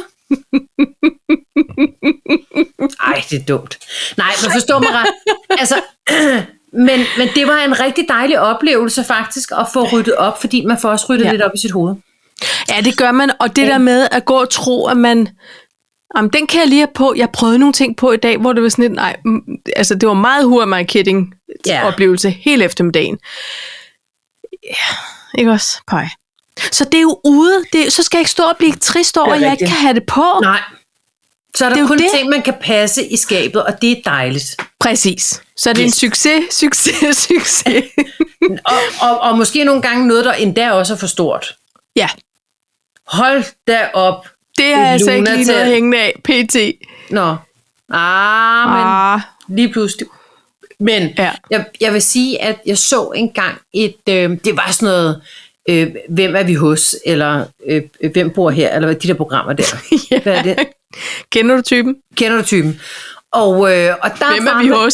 Ej, det er dumt. Nej, men forstå mig ret. Altså, men det var en rigtig dejlig oplevelse faktisk at få ryddet op, fordi man får også ryddet lidt op i sit hoved. Ja, det gør man. Og det der med at gå og tro, at man... Jamen, den kan jeg lige have på. Jeg prøvede nogle ting på i dag, hvor det var sådan lidt... Altså, det var meget who am I kidding oplevelse hele eftermiddagen. Ja, ikke også? Pøj. Så det er jo ude. Så skal jeg ikke stå og blive trist over, at jeg ikke kan have det på. Nej. Så er der kun ting, man kan passe i skabet, og det er dejligt. Præcis. Så er det en succes. og måske nogle gange noget, der endda også er for stort. Ja. Hold da op. Det er altså ikke lige noget hængende af, pt. Nå. Men lige pludselig. Men jeg vil sige, at jeg så engang det var sådan noget, hvem er vi hos, eller hvem bor her, eller de der programmer der. Hvad er det? Kender du typen? Og der hvem er vi hos?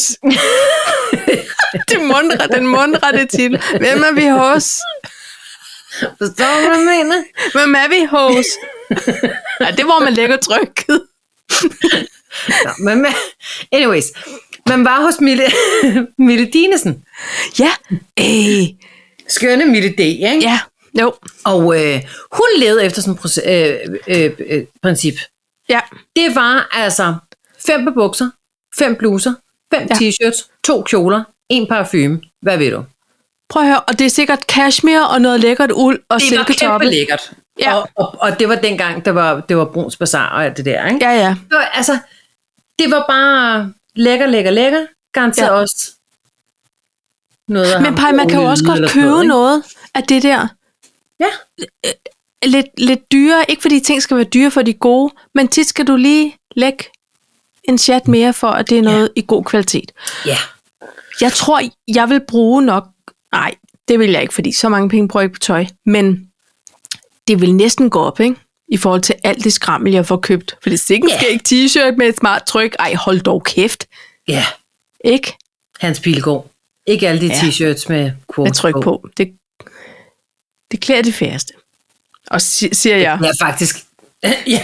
Den mundrette titel. Hvem er vi hos? Forstår du, hvad jeg mener? Hvem er vi hos? Ja, det var man lægger trykket. Anyways, man var hos Mille Dinesen. Ja. Skønne Mille D, ikke? Ja, jo. Og hun levede efter sådan et princip. Ja. Det var altså 5 bukser, 5 bluser, 5 t-shirts, 2 kjoler, 1 parfume. Hvad ved du? Prøv at høre, og det er sikkert cashmere og noget lækkert uld og silketoppe. Det var kæmpe lækkert. Ja. Og det var dengang, det var Bruns Bazaar og alt det der, ikke? Ja. Det var bare lækker. Garanteret også noget. Men Paj, man kan jo også godt købe noget af det der. Ja. Lidt dyre. Ikke fordi ting skal være dyre for de gode, men tit skal du lige lægge en chat mere for, at det er noget i god kvalitet. Ja. Jeg tror, jeg vil bruge nok... Nej, det vil jeg ikke, fordi så mange penge bruger jeg ikke på tøj. Men det vil næsten gå op, ikke? I forhold til alt det skrammel, jeg får købt. For det er sikkert ikke t-shirt med et smart tryk. Ej, hold dog kæft. Ja. Ikke? Hans Pilgaard. Ikke alle de t-shirts med tryk på. Det klæder de færreste. Og siger jeg... Ja, faktisk. Jeg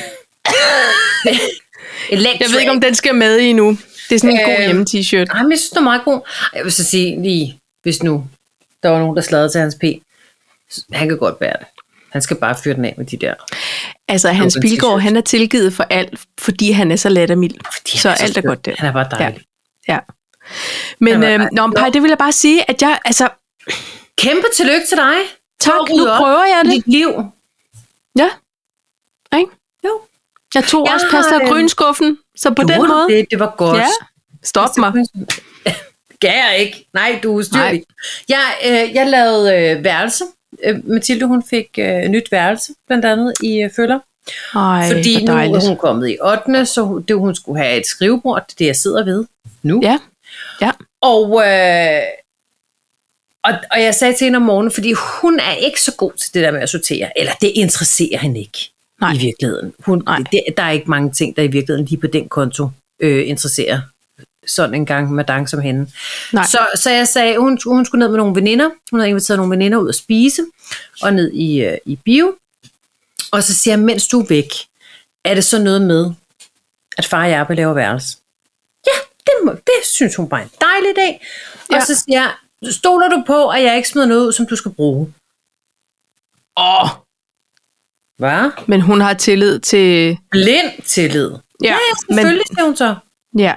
ved ikke, om den skal med i nu. Det er sådan en god hjemme-t-shirt. Jamen, jeg synes, den er meget god. Jeg vil så sige lige, hvis nu der var nogen, der sladrede til Hans P. Han kan godt bære det. Han skal bare fyre den af med de der. Altså, Hans Pilgaard, han er tilgivet for alt, fordi han er så lattermild. Så alt er godt der. Han er bare dejlig. Ja. Men Paj, det vil jeg bare sige, at jeg, altså... Kæmpe tillykke til dig. Tak, For at rydde nu op prøver jeg i det. dit liv. Ja. Ikke? Jo. Jeg tog også pasta og grønskuffen, så på den måde. Det var godt. Ja, stop mig. Kan jeg ikke. Nej, du er styrlig. Jeg lavede værelse. Mathilde, hun fik nyt værelse, blandt andet i Føller. Ej, fordi hvor nu dejligt. er hun kommet i 8. Så hun skulle have et skrivebord, det jeg sidder ved nu. Ja, ja. Og jeg sagde til hende om morgenen, fordi hun er ikke så god til det der med at sortere, eller det interesserer hende ikke. Nej. I virkeligheden. Der er ikke mange ting, der i virkeligheden lige på den konto interesserer sådan en gang madame som hende. Nej. Så jeg sagde, hun skulle ned med nogle veninder. Hun havde inviteret nogle veninder ud at spise, og ned i bio. Og så siger jeg, mens du er væk, er det så noget med, at far og jeg vil lave værelse? Ja, det synes hun bare er en dejlig dag. Og så siger jeg, stoler du på, at jeg ikke smider noget ud, som du skal bruge? Hvad? Men hun har tillid til... Blind tillid. Ja, selvfølgelig, siger hun så. Ja.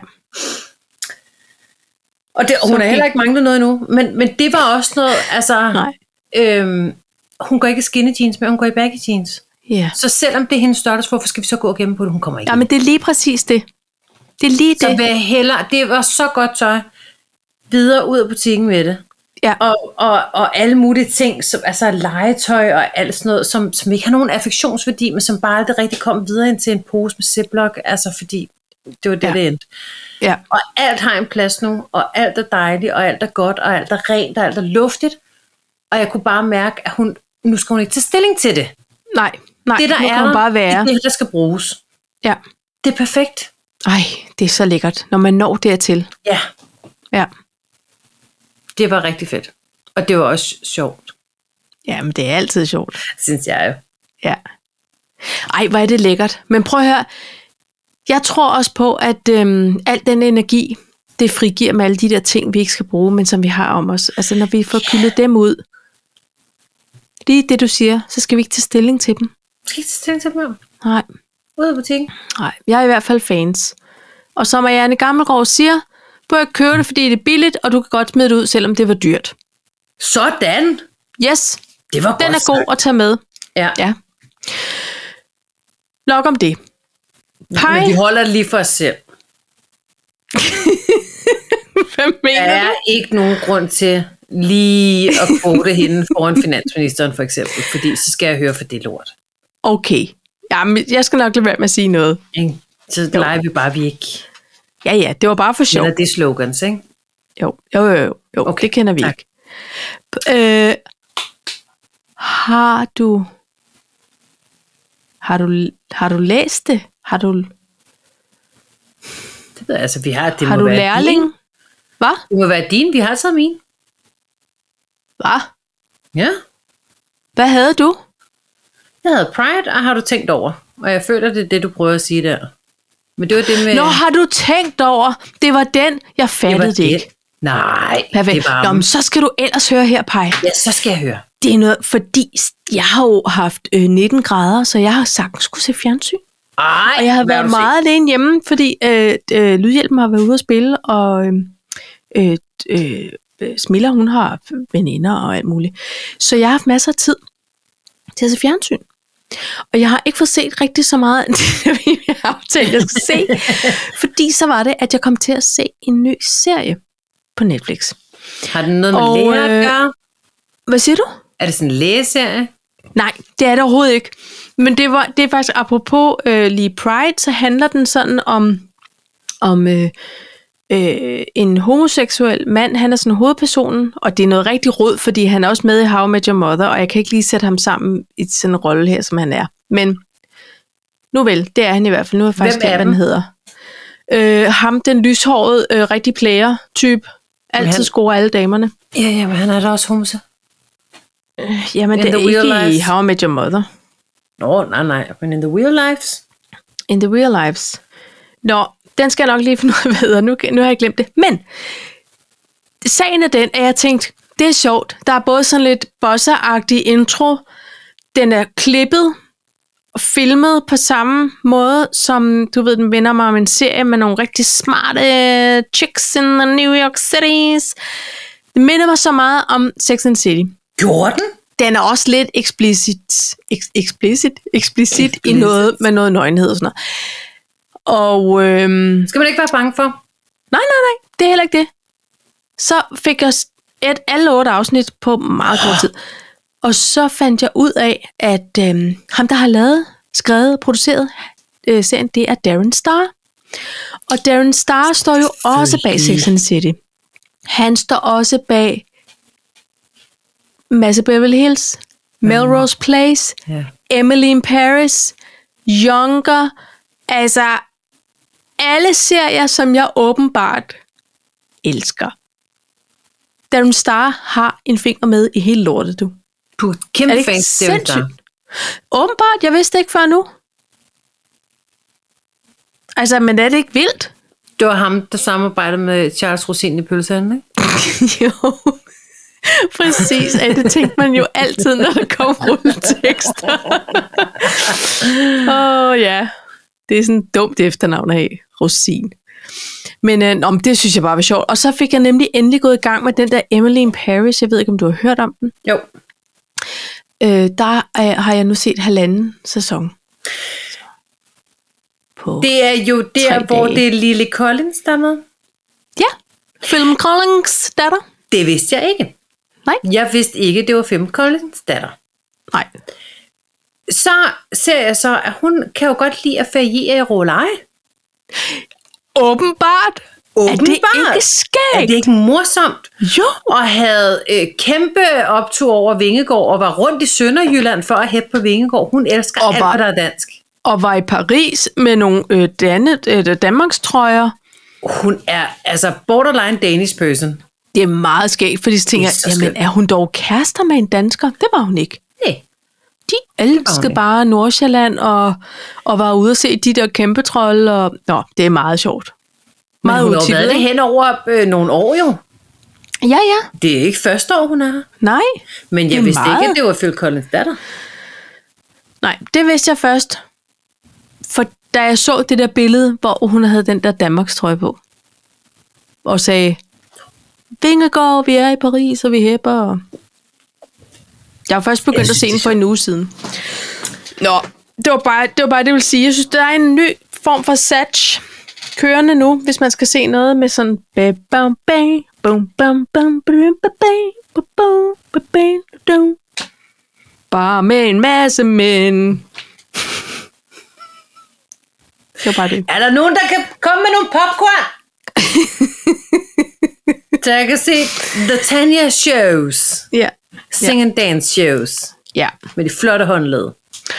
Og hun har heller ikke manglet noget endnu. Men det var også noget, altså... Nej. Hun går ikke i skinny jeans, men hun går i baggy jeans. Ja. Så selvom det er hendes størrelse, hvorfor skal vi så gå og gemme på det? Hun kommer ikke. Ja, men det er lige præcis det. Det er lige det. Så det var så godt tøj. Videre ud af butikken med det. Ja. Og alle mulige ting, som, altså legetøj og alt sådan noget, som ikke har nogen affektionsværdi, men som bare aldrig rigtig kom videre ind til en pose med Ziploc, altså fordi det var det endte. Ja. Og alt har en plads nu, og alt er dejligt, og alt er godt, og alt er rent, og alt er luftigt. Og jeg kunne bare mærke, at nu skal hun ikke tage stilling til det. Nej, det der nu er kan hun bare være. det der skal bruges. Ja. Det er perfekt. Ej, det er så lækkert, når man når dertil. Ja. Ja. Det var rigtig fedt. Og det var også sjovt. Ja, men det er altid sjovt. Synes jeg jo. Ja. Ej, hvor er det lækkert. Men prøv at høre. Jeg tror også på, at al den energi, det frigiver med alle de der ting, vi ikke skal bruge, men som vi har om os. Altså, når vi får kyldet dem ud. Lige det, du siger, så skal vi ikke tage stilling til dem. Skal ikke tage stilling til dem? Nej. Ude af butikken? Nej, jeg er i hvert fald fans. Og som Marianne Gammelgaard siger, bør jeg købe det, fordi det er billigt, og du kan godt smide det ud, selvom det var dyrt. Sådan! Yes, det var den godt er god at tage med. Ja. Nok om det. Pej. Men vi holder det lige for os selv. Hvad mener Der er ikke nogen grund til lige at quote hende foran finansministeren for eksempel, fordi så skal jeg høre for det lort. Okay. Jamen, jeg skal nok lade være med at sige noget. Ikke? Så leger vi bare, vi ikke. Ja, det var bare for sjov. Eller det er slogans, ikke? Jo, Okay, det kender vi tak. ikke. Har du læst det? Det ved jeg, altså, vi har, det har må du være lærling? din. Hvad? Det må være din, vi har taget min. Hvad? Ja. Hvad havde du? Jeg havde Pride, og har du tænkt over? Og jeg føler, det er det, du prøver at sige der. Men det var det med... Nå, har du tænkt over? Det var den, jeg fattede det ikke. Nej, Perfekt. det var... Nå, men så skal du ellers høre her, Paj. Ja, så skal jeg høre. Det er noget, fordi jeg har jo haft 19 grader, så jeg har sagtens skulle se fjernsyn. Ej, og jeg har været meget alene hjemme, fordi Lydhjælpen har været ude at spille, og Smilla, hun har veninder og alt muligt. Så jeg har haft masser af tid til at se fjernsyn. Og jeg har ikke fået set rigtig så meget, jeg har aftalt, jeg skal se. Fordi så var det, at jeg kom til at se en ny serie på Netflix. Har den noget med læger at gøre? Hvad siger du? Er det sådan en lægeserie? Nej, det er det overhovedet ikke. Men det er faktisk apropos lige Pride, så handler den sådan om en homoseksuel mand. Han er sådan hovedpersonen, og det er noget rigtig rod, fordi han er også med i How I Met Your Mother, og jeg kan ikke lige sætte ham sammen i sådan en rolle her, som han er. Men nu vel, det er han i hvert fald. Nu er jeg faktisk glemt, hvad han hedder. Ham, den lyshårede, rigtig player-type. Altid scorer alle damerne. Ja, men han er da også homoseksuel. Jamen, det er ikke i How I Met Your Mother. Nå, nej, men in the real lives. In the real lives. Nå, den skal jeg nok lige finde ud af videre. Nu har jeg glemt det. Men sagen er den, at jeg tænkte, det er sjovt. Der er både sådan lidt bosser-agtig intro. Den er klippet og filmet på samme måde, som du ved, den minder mig om en serie med nogle rigtig smarte chicks in the New York Cities. Det minder mig så meget om Sex and the City. Gjorde den? Den er også lidt eksplicit i noget med noget nøgenhed og sådan noget. Og Skal man ikke være bange for? nej, det er heller ikke det. Så fik jeg alle 8 afsnit på meget kort tid. Og så fandt jeg ud af, at ham, der har skrevet, produceret serien, det er Darren Star. Og Darren Star står jo også bag Sex and the City. Han står også bag Masse Beverly Hills, Melrose Place, Emily in Paris, Younger. Altså, alle serier, som jeg åbenbart elsker. Darren Star har en finger med i hele lortet, du. Du er kæmpe fan af Darren Star. Åbenbart, jeg vidste ikke før nu. Altså, men er det ikke vildt? Det var ham, der samarbejdede med Charles Rosin i Pølsehandlen, ikke? Jo, præcis. Det tænkte man jo altid, når der kom rulletekster. Ja, det er sådan et dumt efternavn af Rosin. Men det synes jeg bare var sjovt. Og så fik jeg nemlig endelig gået i gang med den der Emily in Paris. Jeg ved ikke, om du har hørt om den. Jo. Der har jeg nu set 1,5 sæson. Det er jo der, hvor det er Lily Collins, der er med. Ja, Phil Collins datter. Det vidste jeg ikke. Nej. Jeg vidste ikke, det var Phil Collins datter. Nej. Så ser jeg så, at hun kan jo godt lide at feriere i Roleje. Åbenbart. Er det ikke skægt? Er det ikke morsomt? Jo. Og havde kæmpe optur over Vingegård, og var rundt i Sønderjylland for at hæppe på Vingegård. Hun elsker alt, hvad der er dansk. Og var i Paris med nogle Danmarks trøjer. Hun er altså borderline Danish person. Det er meget skægt, fordi så tænker jeg, jamen er hun dog kærester med en dansker? Det var hun ikke. Nej. De elskede bare Nordsjælland og var ude at se de der kæmpe trolde. Og det er meget sjovt. Men hun har været det hen over nogle år jo. Ja. Det er ikke første år, hun er her. Nej. Men jeg vidste ikke, at det var Phil Collins datter. Nej, det vidste jeg først. For da jeg så det der billede, hvor hun havde den der Danmarks trøje på, og sagde, Vingegård, vi er i Paris, og vi hæpper. Jeg har først begyndt at se den for en uge siden. Nå, det var bare det, jeg ville sige. Jeg synes, der er en ny form for satch kørende nu, hvis man skal se noget med sådan bare med en masse mænd. Det var bare det. Er der nogen, der kan komme med nogle popcorn? Så jeg kan se The Tanya Shows. Ja. Sing and dance shows. Ja. Med de flotte håndled.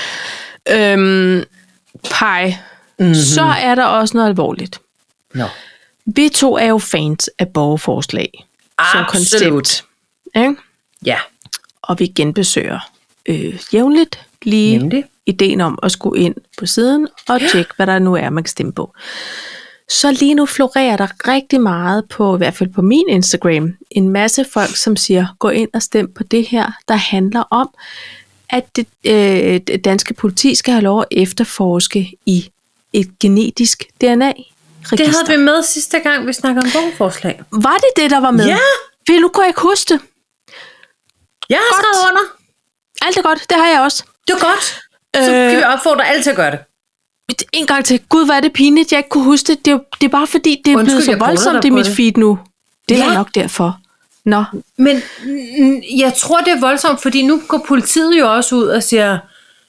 Pej. Så er der også noget alvorligt. No. Vi to er jo fans af borgerforslag. Som koncept. Ikke? Ja. Og vi genbesøger jævnligt lige ideen om at skulle ind på siden og tjekke, hvad der nu er, man kan stemme på. Så lige nu florerer der rigtig meget på, i hvert fald på min Instagram, en masse folk, som siger, gå ind og stem på det her, der handler om, at det danske politi skal have lov at efterforske i et genetisk DNA-register. Det havde vi med sidste gang, vi snakkede om borgerforslag. Var det, der var med? Ja! For nu kunne jeg ikke huske det. Jeg har skrevet under. Alt er godt, det har jeg også. Det er godt. Så kan vi opfordre alle til at gøre det. En gang til. Gud, hvor er det pinligt, jeg ikke kunne huske det. Det er bare fordi, det er blevet så voldsomt i mit feed nu. Det er nok derfor. Nå. Men jeg tror, det er voldsomt, fordi nu går politiet jo også ud og siger,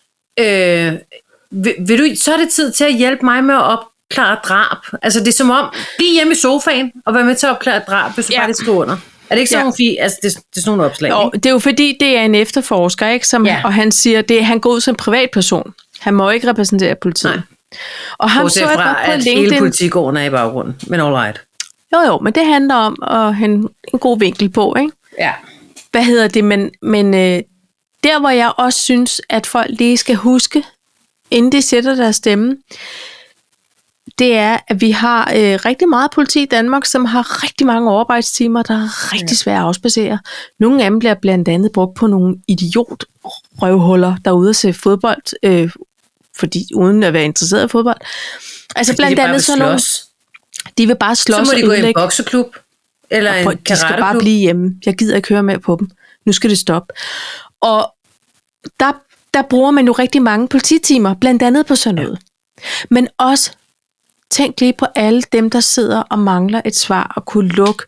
vil du, så er det tid til at hjælpe mig med at opklare drab. Altså det er som om, blive hjemme i sofaen og være med til at opklare drab, hvis du bare lige skriver under. Er det ikke sådan nogle altså det er sådan nogle opslag? Jo, det er jo fordi, det er en efterforsker, ikke? Og han siger, han går ud som privatperson. Han må ikke repræsentere politiet. Nej. Og ham så jeg godt på LinkedIn. Hele politigården er i baggrunden, men all right. Jo, men det handler om at have en god vinkel på, ikke? Ja. Hvad hedder det? Men der, hvor jeg også synes, at folk lige skal huske, inden de sætter deres stemme, det er, at vi har rigtig meget politi i Danmark, som har rigtig mange overarbejdstimer, der er rigtig svære at afspacere. Nogle af dem bliver blandt andet brugt på nogle idiotrøvhuller, der er ude at se fodbold, fordi uden at være interesseret i fodbold. Altså blandt andet sådan nogle... De vil bare slås. Så må de gå i en bokseklub Eller en de skal bare karateklub. blive hjemme. Jeg gider ikke høre mere på dem. Nu skal det stoppe. Og der bruger man jo rigtig mange polititimer, blandt andet på sådan noget. Men også tænk lige på alle dem, der sidder og mangler et svar og kunne lukke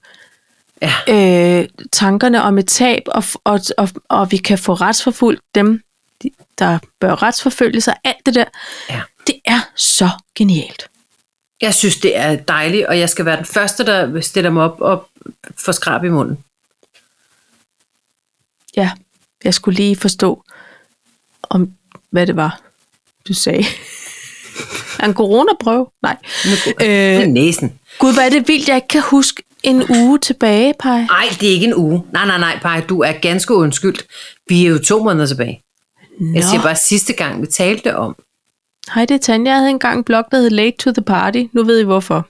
tankerne om et tab, og vi kan få retsforfulgt dem, der bør retsforfølge sig. Alt det der, det er så genialt. Jeg synes, det er dejligt, og jeg skal være den første, der stiller mig op og får skrab i munden. Ja, jeg skulle lige forstå, om hvad det var, du sagde. En coronaprøve? Nej. Næsen. Gud, hvad er det vildt, jeg ikke kan huske en uge tilbage, Paj. Nej, det er ikke en uge. Nej, Paj, du er ganske undskyldt. Vi er jo 2 måneder tilbage. Nå. Jeg siger bare sidste gang, vi talte om. Hej, det er Tanja. Jeg havde engang en blog, der hed Late to the Party. Nu ved I hvorfor.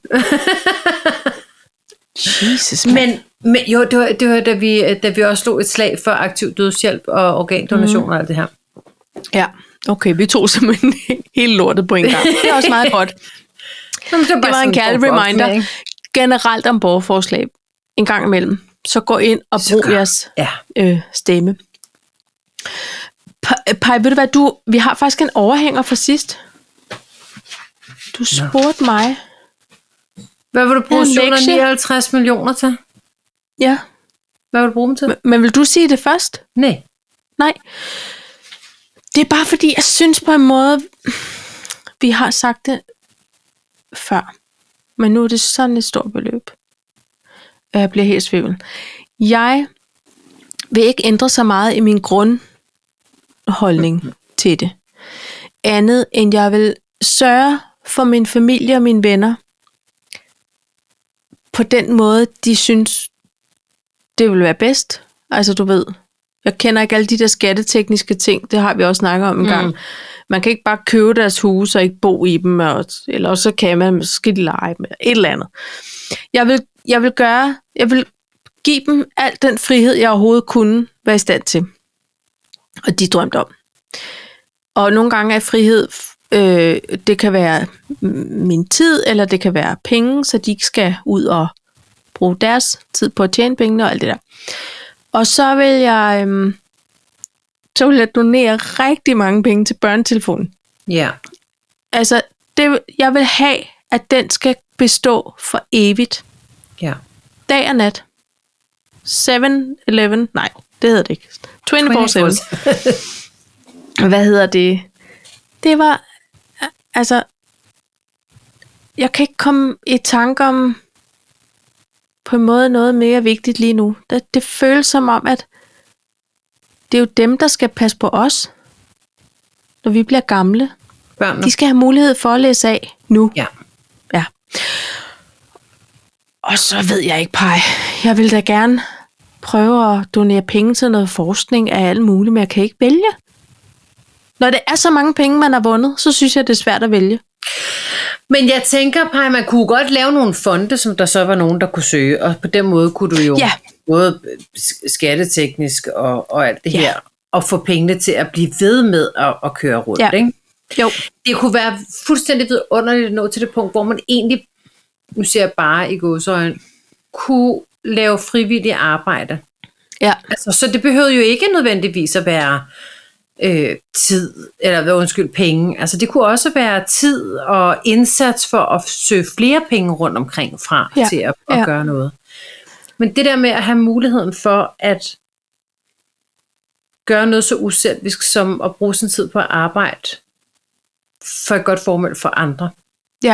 Jesus, men jo, det var da vi også slog et slag for aktiv dødshjælp og organdonation og alt det her. Ja, okay, vi tog simpelthen hele lortet på en gang. Det er også meget godt. Jamen, det var en kærlig reminder. Generelt om borgerforslag en gang imellem. Så gå ind og brug jeres stemme. Paj, ved du hvad, vi har faktisk en overhænger fra sidst. Du spurgte mig. Hvad vil du bruge 759 millioner til? Ja. Hvad vil du bruge dem til? Men vil du sige det først? Nej. Det er bare fordi, jeg synes på en måde, vi har sagt det før. Men nu er det sådan et stort beløb. Jeg bliver helt svimmel. Jeg vil ikke ændre så meget i min grundholdning til det. Andet end jeg vil sørge for min familie og mine venner på den måde, de synes, det vil være bedst. Altså du ved, jeg kender ikke alle de der skattetekniske ting, det har vi også snakket om en gang. Man kan ikke bare købe deres huse og ikke bo i dem, eller så kan man måske lege med et eller andet. Jeg vil give dem al den frihed, jeg overhovedet kunne være i stand til. Og de drømte om. Og nogle gange er frihed, det kan være min tid, eller det kan være penge, så de ikke skal ud og bruge deres tid på at tjene pengene og alt det der. Og så vil jeg donere rigtig mange penge til børnetelefonen. Ja. Altså, jeg vil have, at den skal bestå for evigt. Ja. Dag og nat. 7-Eleven. Nej, det hedder det ikke. 24/7. Hvad hedder det? Det var, altså, jeg kan ikke komme i tanke om på en måde noget mere vigtigt lige nu. Det føles som om, at det er jo dem, der skal passe på os, når vi bliver gamle. Børnene. De skal have mulighed for at læse af nu. Ja. Og så ved jeg ikke, Paj. Jeg vil da gerne prøve at donere penge til noget forskning af alt muligt, men jeg kan ikke vælge. Når det er så mange penge, man har vundet, så synes jeg, det er svært at vælge. Men jeg tænker, Paj, man kunne godt lave nogle fonde, som der så var nogen, der kunne søge, og på den måde kunne du jo både skatteteknisk og alt det her, og få pengene til at blive ved med at køre rundt, ikke? Jo. Det kunne være fuldstændig vidunderligt at nå til det punkt, hvor man egentlig, nu siger jeg bare i gåseøjne, kunne lave frivillig arbejde. Ja. Altså, så det behøvede jo ikke nødvendigvis at være tid, eller penge. Altså det kunne også være tid og indsats for at søge flere penge rundt omkring fra til at gøre noget. Men det der med at have muligheden for at gøre noget så uselvisk som at bruge sin tid på at arbejde for et godt formål for andre. Ja.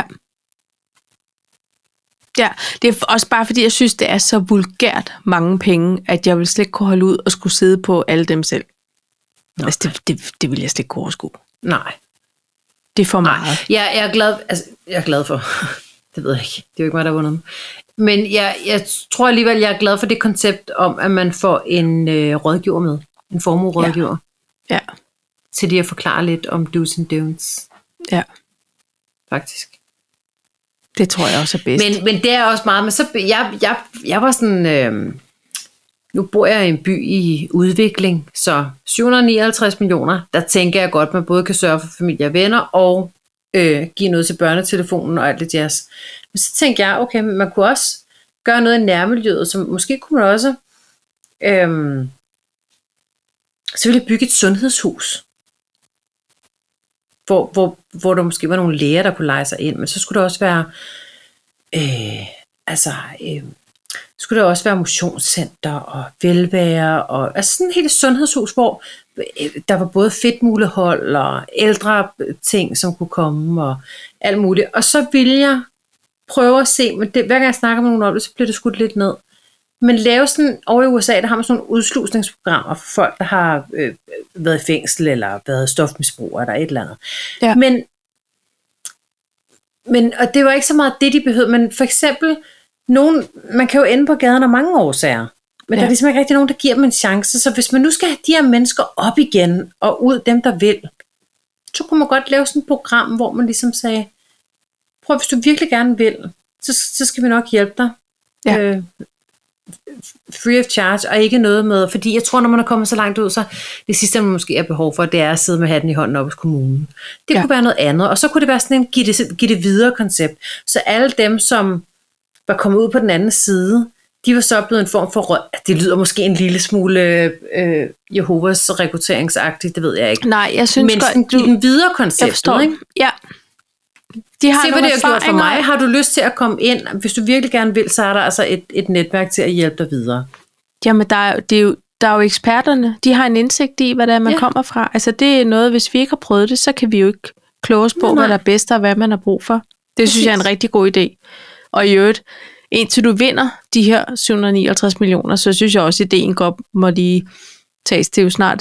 Ja, det er også bare fordi, jeg synes, det er så vulgært mange penge, at jeg vil slet ikke kunne holde ud og skulle sidde på alle dem selv. Altså, det vil jeg slet ikke kunne overskue. Nej. Det er for meget. Jeg er glad for, det ved jeg ikke, det er jo ikke mig, der har vundet. Men jeg tror alligevel, jeg er glad for det koncept om, at man får en rådgiver med. En formuerådgiver. Ja. Til lige at forklare lidt om do's and don'ts. Ja. Faktisk. Det tror jeg også er bedst. Men det er også meget, men så jeg var sådan, nu bor jeg i en by i udvikling, så 759 millioner, der tænker jeg godt, man både kan sørge for familie og venner, og give noget til børnetelefonen og alt det jazz. Men så tænkte jeg, okay, man kunne også gøre noget i nærmiljøet, som måske kunne man også så ville jeg bygge et sundhedshus, hvor der måske var nogle læger, der kunne lege sig ind, men så skulle der også være skulle der også være motionscenter og velvære, og altså sådan et helt sundhedshus, hvor der var både fedtmulehold og ældre ting, som kunne komme og alt muligt. Og så ville jeg prøve at se, men hver gang jeg snakker med nogen om det, så bliver det skudt lidt ned. Men lave sådan, over i USA, der har man sådan nogle udslusningsprogrammer for folk, der har været i fængsel, eller været stofmisbrugere, eller et eller andet. Ja. Men, og det var ikke så meget det, de behøvede, men for eksempel, man kan jo ende på gaden af mange årsager, men der er ligesom ikke rigtig nogen, der giver dem en chance, så hvis man nu skal have de her mennesker op igen, og ud dem, der vil, så kunne man godt lave sådan et program, hvor man ligesom sagde, prøv, hvis du virkelig gerne vil, så skal vi nok hjælpe dig. Ja. Free of charge, og ikke noget med, fordi jeg tror, når man er kommet så langt ud, så det sidste, man måske er behov for, det er at sidde med hatten i hånden op hos kommunen. Det kunne være noget andet, og så kunne det være sådan en give det videre koncept. Så alle dem, som var kommet ud på den anden side, de var så blevet en form for, det lyder måske en lille smule Jehovas rekrutteringsagtigt, det ved jeg ikke. Nej, jeg synes men sådan give den videre konceptet, ikke? Ja. De har se, hvad det har gjort for mig. Har du lyst til at komme ind? Hvis du virkelig gerne vil, så er der altså et netværk til at hjælpe dig videre. Jamen, der er jo eksperterne. De har en indsigt i, hvad det er, man kommer fra. Altså, det er noget, hvis vi ikke har prøvet det, så kan vi jo ikke kloge os på, hvad der er bedst, og hvad man har brug for. Det synes jeg er en rigtig god idé. Og i øvrigt, indtil du vinder de her 759 millioner, så synes jeg også, at ideen godt må lige tages til jo snart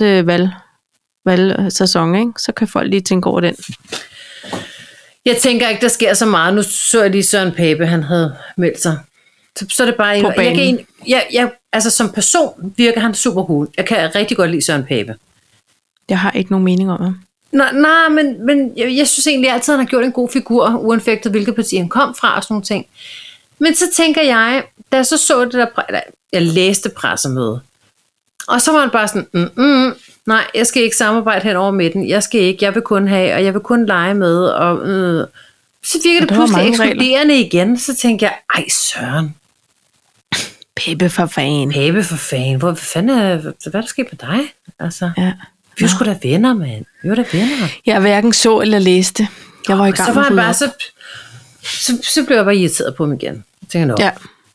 valgsæson, ikke? Så kan folk lige tænke over den. Jeg tænker ikke, der sker så meget. Nu så jeg lige Søren Pape, han havde meldt sig. Så er det bare på banen. Altså som person virker han super cool. Jeg kan rigtig godt lide Søren Pape. Jeg har ikke nogen mening om ham. Nej, men jeg synes egentlig altid, at han har gjort en god figur, uanfægtet hvilket parti han kom fra og sådan nogle ting. Men så tænker jeg, da jeg så det der, jeg læste pressemøde, og så var han bare sådan, nej, jeg skal ikke samarbejde hen over midten, jeg vil kun have, og jeg vil kun lege med, og så virker det pludselig ekskluderende igen, så tænker jeg, ej Søren. Pape for fan. Hvad fanden hvad der sket med dig? Altså, vi var sgu da venner, mand. Vi var da venner. Jeg hverken så eller læste. Jeg var i gang så var han bare, så blev jeg bare irriteret på ham igen. Jeg tænker,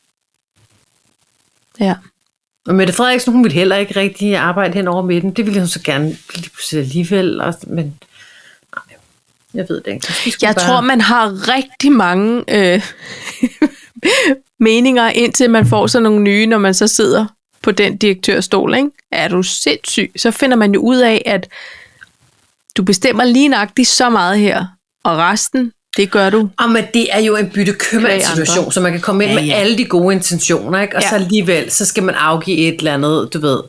Ja. Og Mette Frederiksen, hun ville heller ikke rigtig arbejde hen over midten. Det ville hun så gerne lige pludselig alligevel. Men nej, jeg ved det ikke. Jeg tror, man har rigtig mange meninger, indtil man får sådan nogle nye, når man så sidder på den direktørstol. Ikke? Er du sindssyg? Så finder man jo ud af, at du bestemmer lige nøjagtigt så meget her, og resten, det gør du. Men det er jo en bytte-købmand-situation, så man kan komme ind med alle de gode intentioner, ikke? Og så alligevel, så skal man afgive et eller andet, du ved,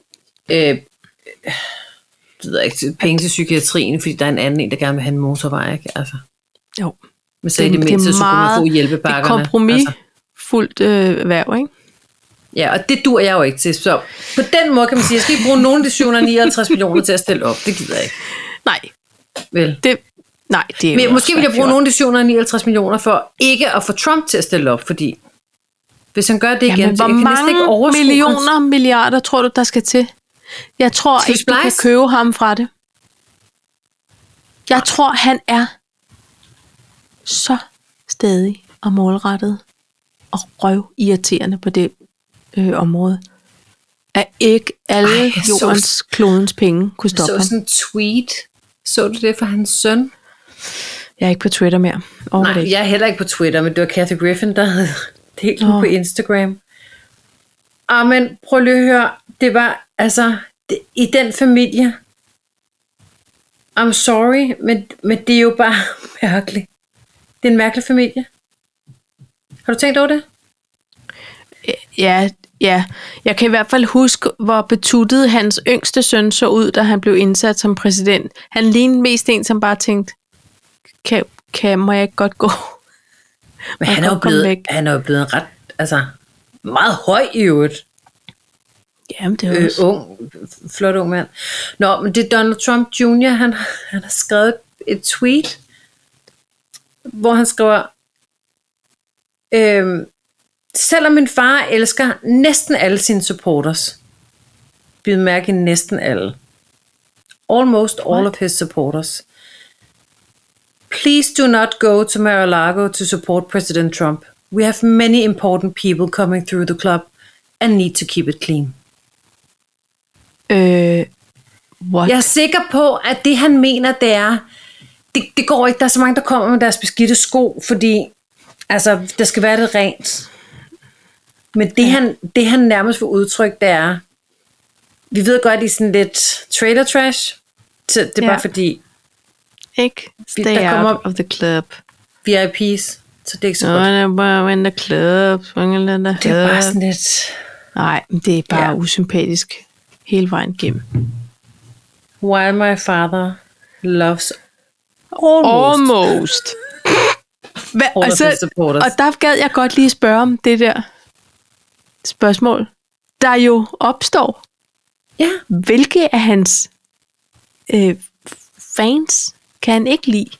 penge til psykiatrien, fordi der er en anden, der gerne vil have en motorvej, ikke? Altså. Jo. Men så i det mindste, så kunne man få hjælpepakkerne. Det er kompromisfuldt værv, ikke? Ja, og det dur jeg jo ikke til. Så på den måde kan man sige, jeg skal ikke bruge nogen af de 759 millioner til at stille op. Det gider jeg ikke. Nej. Vel? Nej, det er men måske vil jeg bruge nogle af de 759 millioner for ikke at få Trump til at stille op, fordi hvis han gør det igen, hvor mange milliarder tror du, der skal til? Jeg tror ikke, du kan købe ham fra det. Jeg tror, han er så stædig og målrettet og røvirriterende på det område, at ikke alle jordens klodens penge kunne stoppe ham. Så sådan en tweet. Så du det for hans søn? Jeg er ikke på Twitter mere. Nej, jeg er heller ikke på Twitter, men det var Kathy Griffin, der havde delt på Instagram. Men prøv lige at høre, det var altså, i den familie, I'm sorry, men det er jo bare mærkeligt. Det er en mærkelig familie. Har du tænkt over det? Ja. Jeg kan i hvert fald huske, hvor betuttet hans yngste søn så ud, da han blev indsat som præsident. Han lignede mest en, som bare tænkte, må jeg ikke godt gå? Men han er jo blevet en ret, altså meget høj i øvrigt. Jamen, det er også. Flot ung mand. Nå, men det er Donald Trump Jr., han har skrevet et tweet, hvor han skriver, selvom min far elsker næsten alle sine supporters, bid mærke næsten alle, almost all of his supporters, please do not go to Mar-a-Lago to support President Trump. We have many important people coming through the club and need to keep it clean. What? Jeg er sikker på, at det han mener, det er, det går ikke. Der er så mange, der kommer med deres beskidte sko, fordi altså, der skal være det rent. Men det han nærmest får udtrykt, det er, vi ved godt, at I er sådan lidt trailer trash. Så det er bare fordi, ikke stay der kommer out of the club. VIPs, så det er ikke så godt. In the club. Det er bare sådan lidt... Nej, det er bare usympatisk hele vejen igennem. While my father loves almost. Og der gad jeg godt lige spørge om det der spørgsmål, der jo opstår. Ja. Hvilke af hans fans kan han ikke lide?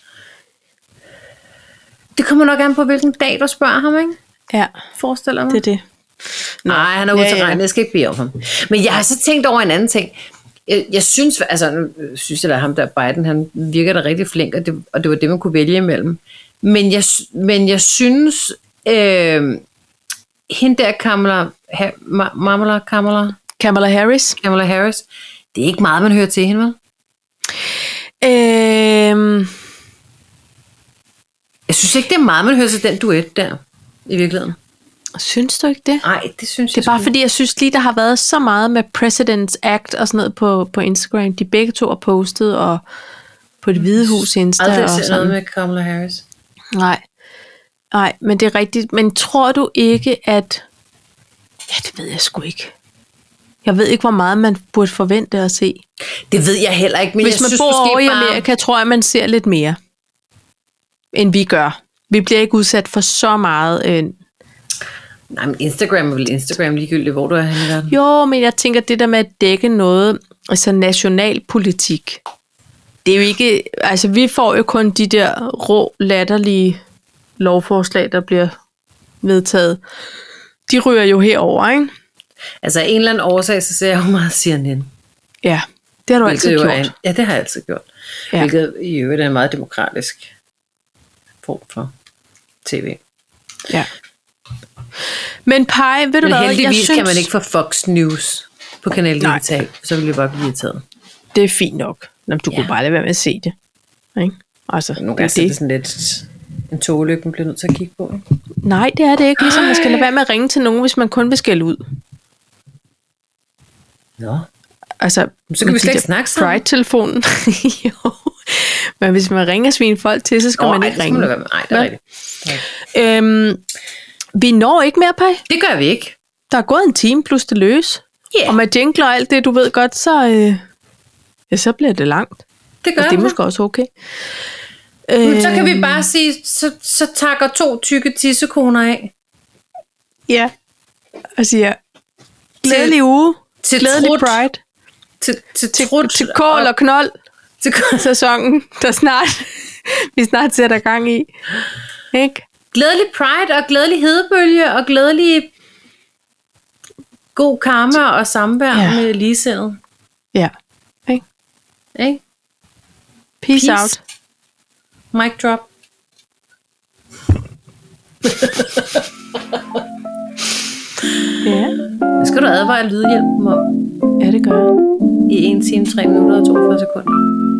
Det kommer nok an på, hvilken dag du spørger ham, ikke? Ja, forestiller mig. Det er det. Nej, han er ude til regn. Jeg skal ikke bede om ham. Men jeg har så tænkt over en anden ting. Jeg synes, altså nu synes jeg, at ham der Biden, han virker da rigtig flink, og det var det, man kunne vælge imellem. Men jeg synes, hende der Kamala Harris. Kamala Harris, det er ikke meget, man hører til hende, vel? Jeg synes ikke, det er meget, man hører til den duet der, i virkeligheden. Synes du ikke det? Nej, det synes jeg. Det er bare fordi, jeg synes lige, der har været så meget med President's Act og sådan noget på Instagram. De begge to har postet, og på Det Hvide Hus Insta. Aldrig set noget med Kamala Harris. Nej, men det er rigtigt. Men tror du ikke, at... Ja, det ved jeg sgu ikke. Jeg ved ikke, hvor meget man burde forvente at se. Det ved jeg heller ikke, men hvis man bor over i Amerika, tror jeg, man ser lidt mere, end vi gør. Vi bliver ikke udsat for så meget... Nej, men Instagram er vel Instagram ligegyldigt, hvor du er henne i verden. Jo, men jeg tænker, det der med at dække noget, altså nationalpolitik, det er jo ikke, altså vi får jo kun de der rå, latterlige lovforslag, der bliver vedtaget. De ryger jo herover, ikke? Altså af en eller anden årsag, så ser jeg jo meget CNN. Ja, det har du altid gjort. Ja, det har jeg altid gjort. Ja. Hvilket i øvrigt er en meget demokratisk form for tv. Ja. Men Paj, ved du hvad, heldigvis kan man ikke få Fox News på Kanal Digital, så vil det bare blive irriteret. Det er fint nok. Jamen, du kunne bare lade være med at se det. Ikke? Altså, nogle gange er det sådan lidt en togløb, man bliver nødt til at kigge på. Ikke? Nej, det er det ikke. Ligesom man skal lade være med at ringe til nogen, hvis man kun vil skælde ud. Nå. Altså, så kan vi slet ikke snakke sammen. Pride-telefonen. Jo. Men hvis man ringer svin folk til, så skal man ikke ringe. Nej, det er rigtigt. Vi når ikke mere, Paj. Det gør vi ikke. Der er gået en time plus det løs. Yeah. Og med jingler og alt det, du ved godt, så bliver det langt. Det gør og det er måske også okay. Men så kan vi bare sige, så takker 2 tykke tissekoner af. Ja. Og siger, glædelig uge. Glædelig Pride. Til kål og knold. Til sæsonen, vi snart sætter gang i. Ikke? Glædelig Pride og glædelig hedebølge og glædelig god karma og samvær med ligesindet. Ja. Ikke? Peace out. Mic drop. Ja. Det skal du advare lydhjælpen om. Ja, det gør jeg. I 1 time, 3 minutter og 42 sekunder.